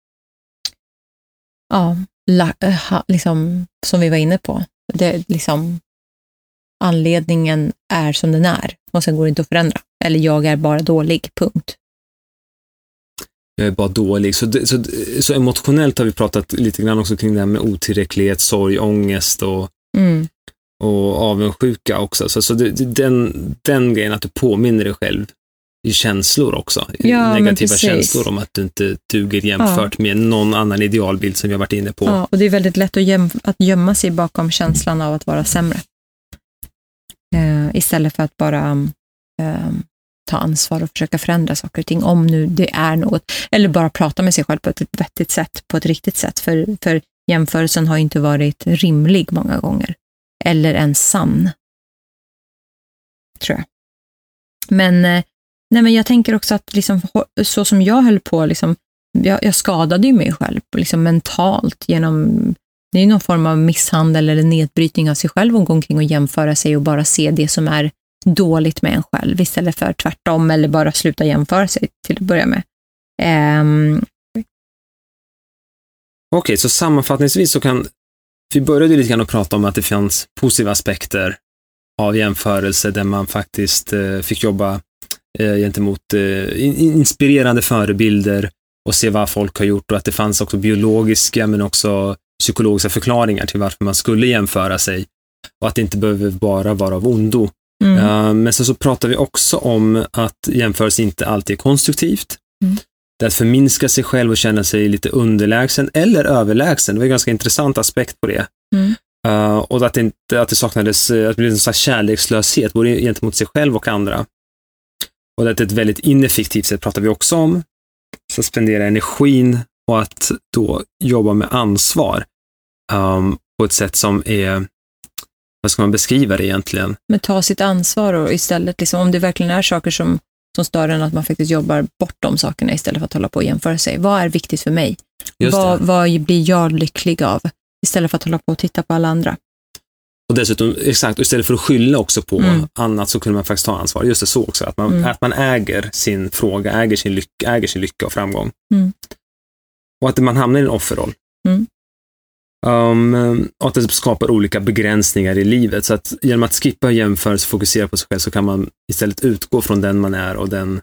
[SPEAKER 1] ja, la, ha, liksom, som vi var inne på. Det, liksom, anledningen är som den är. Och sen går det inte att förändra. Eller jag är bara dålig, punkt.
[SPEAKER 2] Jag är bara dålig. Så, det, så, så emotionellt har vi pratat lite grann också kring det här med otillräcklighet, sorg, ångest och,
[SPEAKER 1] mm.
[SPEAKER 2] och avundsjuka också. Så, så det, den, den grejen att du påminner dig själv i känslor också.
[SPEAKER 1] Ja,
[SPEAKER 2] negativa känslor om att du inte duger jämfört ja. med någon annan idealbild som vi har varit inne på.
[SPEAKER 1] Ja, och det är väldigt lätt att, göm, att gömma sig bakom känslan av att vara sämre. Eh, istället för att bara eh, ta ansvar och försöka förändra saker och ting, om nu det är något, eller bara prata med sig själv på ett vettigt sätt, på ett riktigt sätt, för, för jämförelsen har inte varit rimlig många gånger, eller ens sann, tror jag. Men, nej, men jag tänker också att liksom, så som jag höll på, liksom, jag, jag skadade ju mig själv liksom, mentalt genom, det är någon form av misshandel eller nedbrytning av sig själv, och gå omkring och jämföra sig och bara se det som är dåligt med en själv istället för tvärtom, eller bara sluta jämföra sig till att börja med. Um...
[SPEAKER 2] Okej, okay, så sammanfattningsvis så kan vi började lite grann att prata om att det fanns positiva aspekter av jämförelse där man faktiskt eh, fick jobba eh, gentemot eh, inspirerande förebilder och se vad folk har gjort, och att det fanns också biologiska men också psykologiska förklaringar till varför man skulle jämföra sig, och att det inte behöver bara vara av ondo. Mm. Uh, men sen så pratar vi också om att jämförelse inte alltid är konstruktivt. Mm. Det är att förminska sig själv och känna sig lite underlägsen eller överlägsen. Det var en ganska intressant aspekt på det. Mm. Uh, och att det, inte, att det saknades, att det blev en slags kärlekslöshet både gentemot sig själv och andra. Och att det är ett väldigt ineffektivt sätt pratar vi också om. Så spendera energin och att då jobba med ansvar um, på ett sätt som är, vad ska man beskriva det egentligen?
[SPEAKER 1] Men ta sitt ansvar, och istället, liksom, om det verkligen är saker som, som stör en, att man faktiskt jobbar bort de sakerna istället för att hålla på och jämföra sig. Vad är viktigt för mig? Vad, vad blir jag lycklig av? Istället för att hålla på och titta på alla andra.
[SPEAKER 2] Och dessutom, exakt, istället för att skylla också på mm. annat, så kunde man faktiskt ta ansvar. Just det, så också, att man, mm. att man äger sin fråga, äger sin lycka, äger sin lycka och framgång. Mm. Och att man hamnar i en offerroll. Mm. Um, och att det skapar olika begränsningar i livet. Så att genom att skippa jämförelse och fokusera på sig själv, så kan man istället utgå från den man är och den,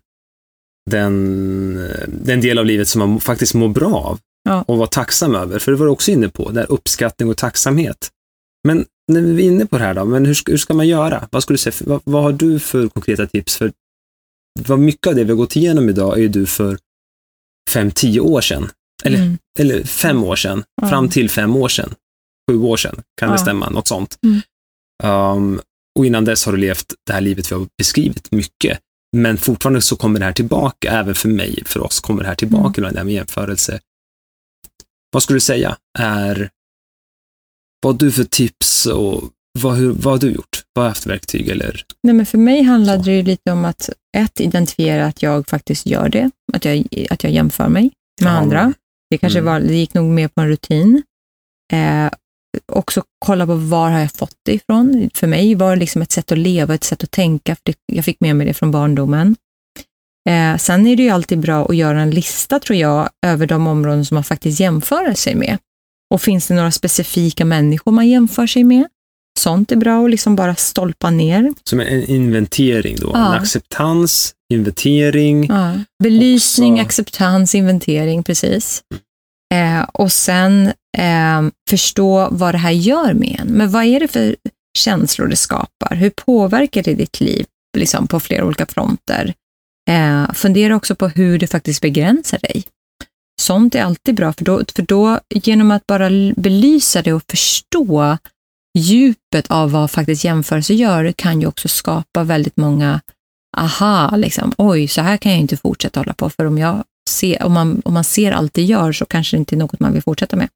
[SPEAKER 2] den, den del av livet som man faktiskt mår bra av. Ja. Och vara tacksam över. För det var du också inne på, där uppskattning och tacksamhet. Men när vi är inne på det här då, men hur ska, hur ska man göra? Vad skulle du säga, vad, vad har du för konkreta tips? För vad mycket av det vi har gått igenom idag är ju du för fem, tio år sedan. Eller, mm. eller fem år sedan. Mm. Fram till fem år sedan. Sju år sedan kan mm. det stämma, något sånt. Mm. Um, och innan dess har du levt det här livet vi har beskrivit mycket. Men fortfarande så kommer det här tillbaka, även för mig, för oss kommer det här tillbaka mm. med jämförelse. Vad skulle du säga är, vad har du för tips och vad, hur, vad har du gjort? Vad har haft verktyg? Eller?
[SPEAKER 1] Nej, men för mig handlade det ju lite om att ett, identifiera att jag faktiskt gör det. Att jag, att jag jämför mig med ja. andra. Det kanske mm. var, det gick nog mer på en rutin. Eh, också kolla på var har jag fått det ifrån. För mig var det liksom ett sätt att leva, ett sätt att tänka. För det, jag fick med mig det från barndomen. Eh, sen är det ju alltid bra att göra en lista, tror jag, över de områden som man faktiskt jämför sig med. Och finns det några specifika människor man jämför sig med? Sånt är bra att liksom bara stolpa ner. Som
[SPEAKER 2] en inventering då. Ja. En acceptans, inventering.
[SPEAKER 1] Ja. Belysning, också. Acceptans, inventering, precis. Eh, och sen eh, förstå vad det här gör med en. Men vad är det för känslor det skapar? Hur påverkar det ditt liv liksom, på flera olika fronter? Eh, fundera också på hur det faktiskt begränsar dig. Sånt är alltid bra, för då, för då genom att bara belysa det och förstå djupet av vad faktiskt jämförelse gör kan ju också skapa väldigt många aha, liksom, oj, så här kan jag inte fortsätta hålla på, för om jag ser, om man, om man ser allt det gör så kanske det inte är något man vill fortsätta med.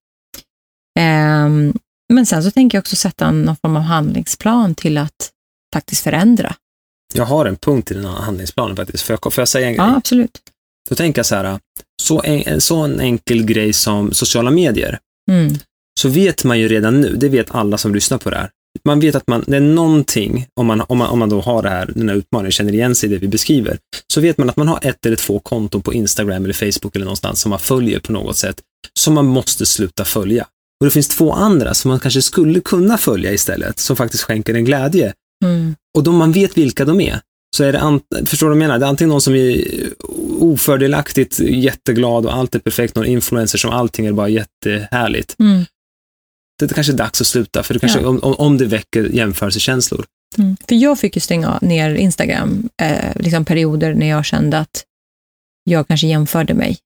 [SPEAKER 1] Eh, men sen så tänker jag också sätta någon form av handlingsplan till att faktiskt förändra.
[SPEAKER 2] Jag har en punkt i den här handlingsplanen faktiskt. Får jag, får jag säga en grej?
[SPEAKER 1] Ja, absolut.
[SPEAKER 2] Då tänker jag så här, så en, så en enkel grej som sociala medier.
[SPEAKER 1] Mm.
[SPEAKER 2] Så vet man ju redan nu, det vet alla som lyssnar på det här. Man vet att man, det är någonting, om man, om man, om man då har det här, den här utmaningen, känner igen sig i det vi beskriver, så vet man att man har ett eller två konton på Instagram eller Facebook eller någonstans som man följer på något sätt, som man måste sluta följa. Och det finns två andra som man kanske skulle kunna följa istället, som faktiskt skänker en glädje.
[SPEAKER 1] Mm.
[SPEAKER 2] Och då man vet vilka de är, så är det, ant- förstår du vad jag menar? Det är antingen någon som är ofördelaktigt jätteglad och allt är perfekt, någon influencer som allting är bara jättehärligt.
[SPEAKER 1] Mm.
[SPEAKER 2] Det är kanske dags att sluta, för det kanske,
[SPEAKER 1] ja.
[SPEAKER 2] om, om det väcker jämförelsekänslor.
[SPEAKER 1] Mm. För jag fick ju stänga ner Instagram eh, liksom perioder när jag kände att jag kanske jämförde mig.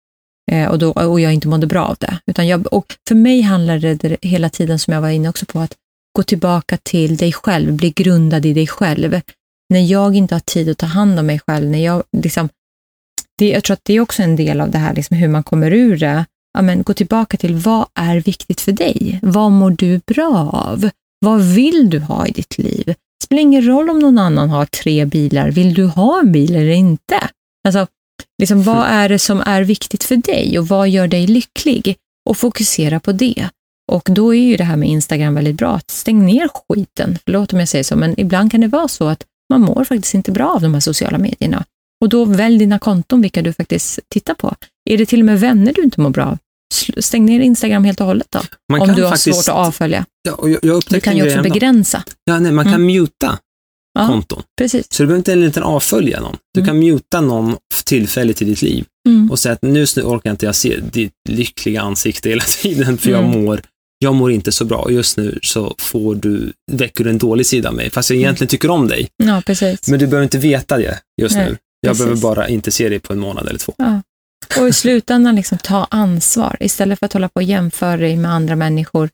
[SPEAKER 1] Eh, och, då, och jag inte mådde bra av det. Utan jag, och för mig handlade det hela tiden, som jag var inne också på, att gå tillbaka till dig själv, bli grundad i dig själv. När jag inte har tid att ta hand om mig själv, när jag liksom, det, jag tror att det är också en del av det här, liksom hur man kommer ur det. Ja, men gå tillbaka till vad är viktigt för dig? Vad mår du bra av? Vad vill du ha i ditt liv? Det spelar ingen roll om någon annan har tre bilar. Vill du ha en bil eller inte? Alltså, liksom, vad är det som är viktigt för dig? Och vad gör dig lycklig? Och fokusera på det. Och då är ju det här med Instagram väldigt bra. Att stäng ner skiten. Förlåt om jag säger så. Men ibland kan det vara så att man mår faktiskt inte bra av de här sociala medierna. Och då välj dina konton, vilka du faktiskt tittar på. Är det till och med vänner du inte mår bra av? Stäng ner Instagram helt och hållet då. Man om du har faktiskt svårt att avfölja.
[SPEAKER 2] Ja, och jag, jag
[SPEAKER 1] du kan ju också begränsa.
[SPEAKER 2] Ja, nej, man kan mm. muta
[SPEAKER 1] ja,
[SPEAKER 2] konton.
[SPEAKER 1] Precis.
[SPEAKER 2] Så du behöver inte en liten avfölja någon. Du mm. kan muta någon tillfälligt i ditt liv.
[SPEAKER 1] Mm.
[SPEAKER 2] Och säga att nu orkar inte jag se ditt lyckliga ansikte hela tiden, för
[SPEAKER 1] mm.
[SPEAKER 2] jag mår jag mår inte så bra. Och just nu så får du, väcker du en dålig sida av mig. Fast jag egentligen tycker om dig.
[SPEAKER 1] Ja, precis.
[SPEAKER 2] Men du behöver inte veta det just nej, nu. Jag
[SPEAKER 1] precis.
[SPEAKER 2] behöver bara inte se dig på en månad eller två.
[SPEAKER 1] Ja. Och i slutändan liksom ta ansvar. Istället för att hålla på och jämföra dig med andra människor.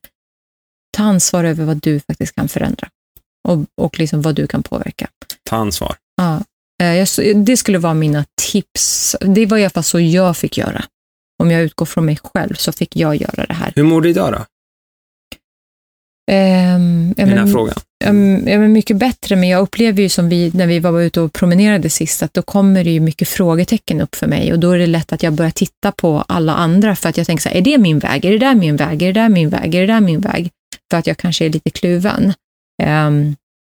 [SPEAKER 1] Ta ansvar över vad du faktiskt kan förändra. Och, och liksom vad du kan påverka.
[SPEAKER 2] Ta ansvar.
[SPEAKER 1] Ja. Det skulle vara mina tips. Det var i alla fall så jag fick göra. Om jag utgår från mig själv så fick jag göra det här.
[SPEAKER 2] Hur mår du idag då?
[SPEAKER 1] Um,
[SPEAKER 2] I den här men, frågan.
[SPEAKER 1] Um, ja, men mycket bättre, men jag upplever ju som vi, när vi var ute och promenerade sist, att då kommer det ju mycket frågetecken upp för mig, och då är det lätt att jag börjar titta på alla andra, för att jag tänker så här, är det min väg? Är det där min väg? Är det där min väg? Är det där min väg? För att jag kanske är lite kluven. Um,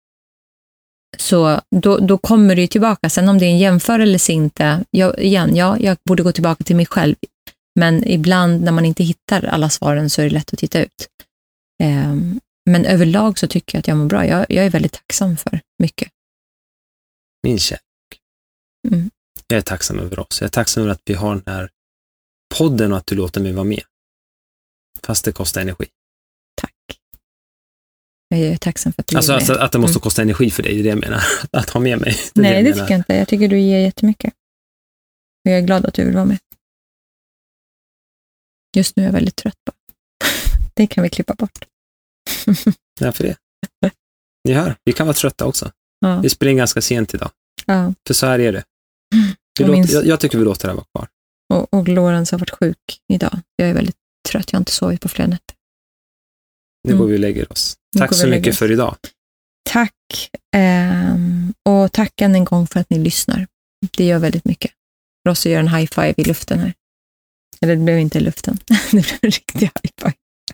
[SPEAKER 1] så då, då kommer det ju tillbaka. Sen om det är en jämförelse inte, jag, igen, ja, jag borde gå tillbaka till mig själv, men ibland när man inte hittar alla svaren så är det lätt att titta ut. Um, Men överlag så tycker jag att jag mår bra. Jag, jag är väldigt tacksam för mycket.
[SPEAKER 2] Min kärlek.
[SPEAKER 1] Mm.
[SPEAKER 2] Jag är tacksam över oss. Jag är tacksam över att vi har den här podden och att du låter mig vara med. Fast det kostar energi.
[SPEAKER 1] Tack. Jag är tacksam för att du
[SPEAKER 2] alltså,
[SPEAKER 1] är med.
[SPEAKER 2] Alltså att det måste
[SPEAKER 1] mm.
[SPEAKER 2] kosta energi för dig, det är det jag menar. Att ha med mig.
[SPEAKER 1] Det Nej,
[SPEAKER 2] det,
[SPEAKER 1] det tycker jag inte. Jag tycker du ger jättemycket. Och jag är glad att du vill vara med. Just nu är jag väldigt trött på. Det kan vi klippa bort.
[SPEAKER 2] Ja, för det. Ni hör, vi kan vara trötta också.
[SPEAKER 1] Ja.
[SPEAKER 2] Vi springer ganska sent idag.
[SPEAKER 1] Ja.
[SPEAKER 2] För så här är det. Vi låter, minns... jag, jag tycker vi låter det vara kvar.
[SPEAKER 1] Och, och Lorentz har varit sjuk idag. Jag är väldigt trött, jag har inte sovit på flera nätter.
[SPEAKER 2] Nu mm. går vi och lägger oss. Tack så mycket för idag.
[SPEAKER 1] tack. Eh, och tack än en gång för att ni lyssnar. Det gör väldigt mycket. Rosse gör en high five i luften här. Eller det blev inte i luften. Det blev en riktig high five.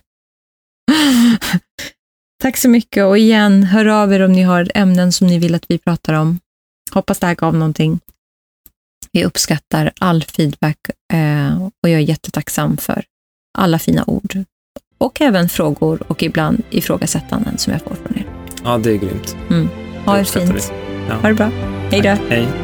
[SPEAKER 1] Tack så mycket. Och igen, hör av er om ni har ämnen som ni vill att vi pratar om. Hoppas det här gav någonting. Vi uppskattar all feedback eh, och jag är jättetacksam för alla fina ord. Och även frågor och ibland ifrågasättanden som jag får från er.
[SPEAKER 2] Ja, det är grymt.
[SPEAKER 1] Mm. Ha det fint.
[SPEAKER 2] Ja.
[SPEAKER 1] Ha det bra. Hej då.
[SPEAKER 2] Hej.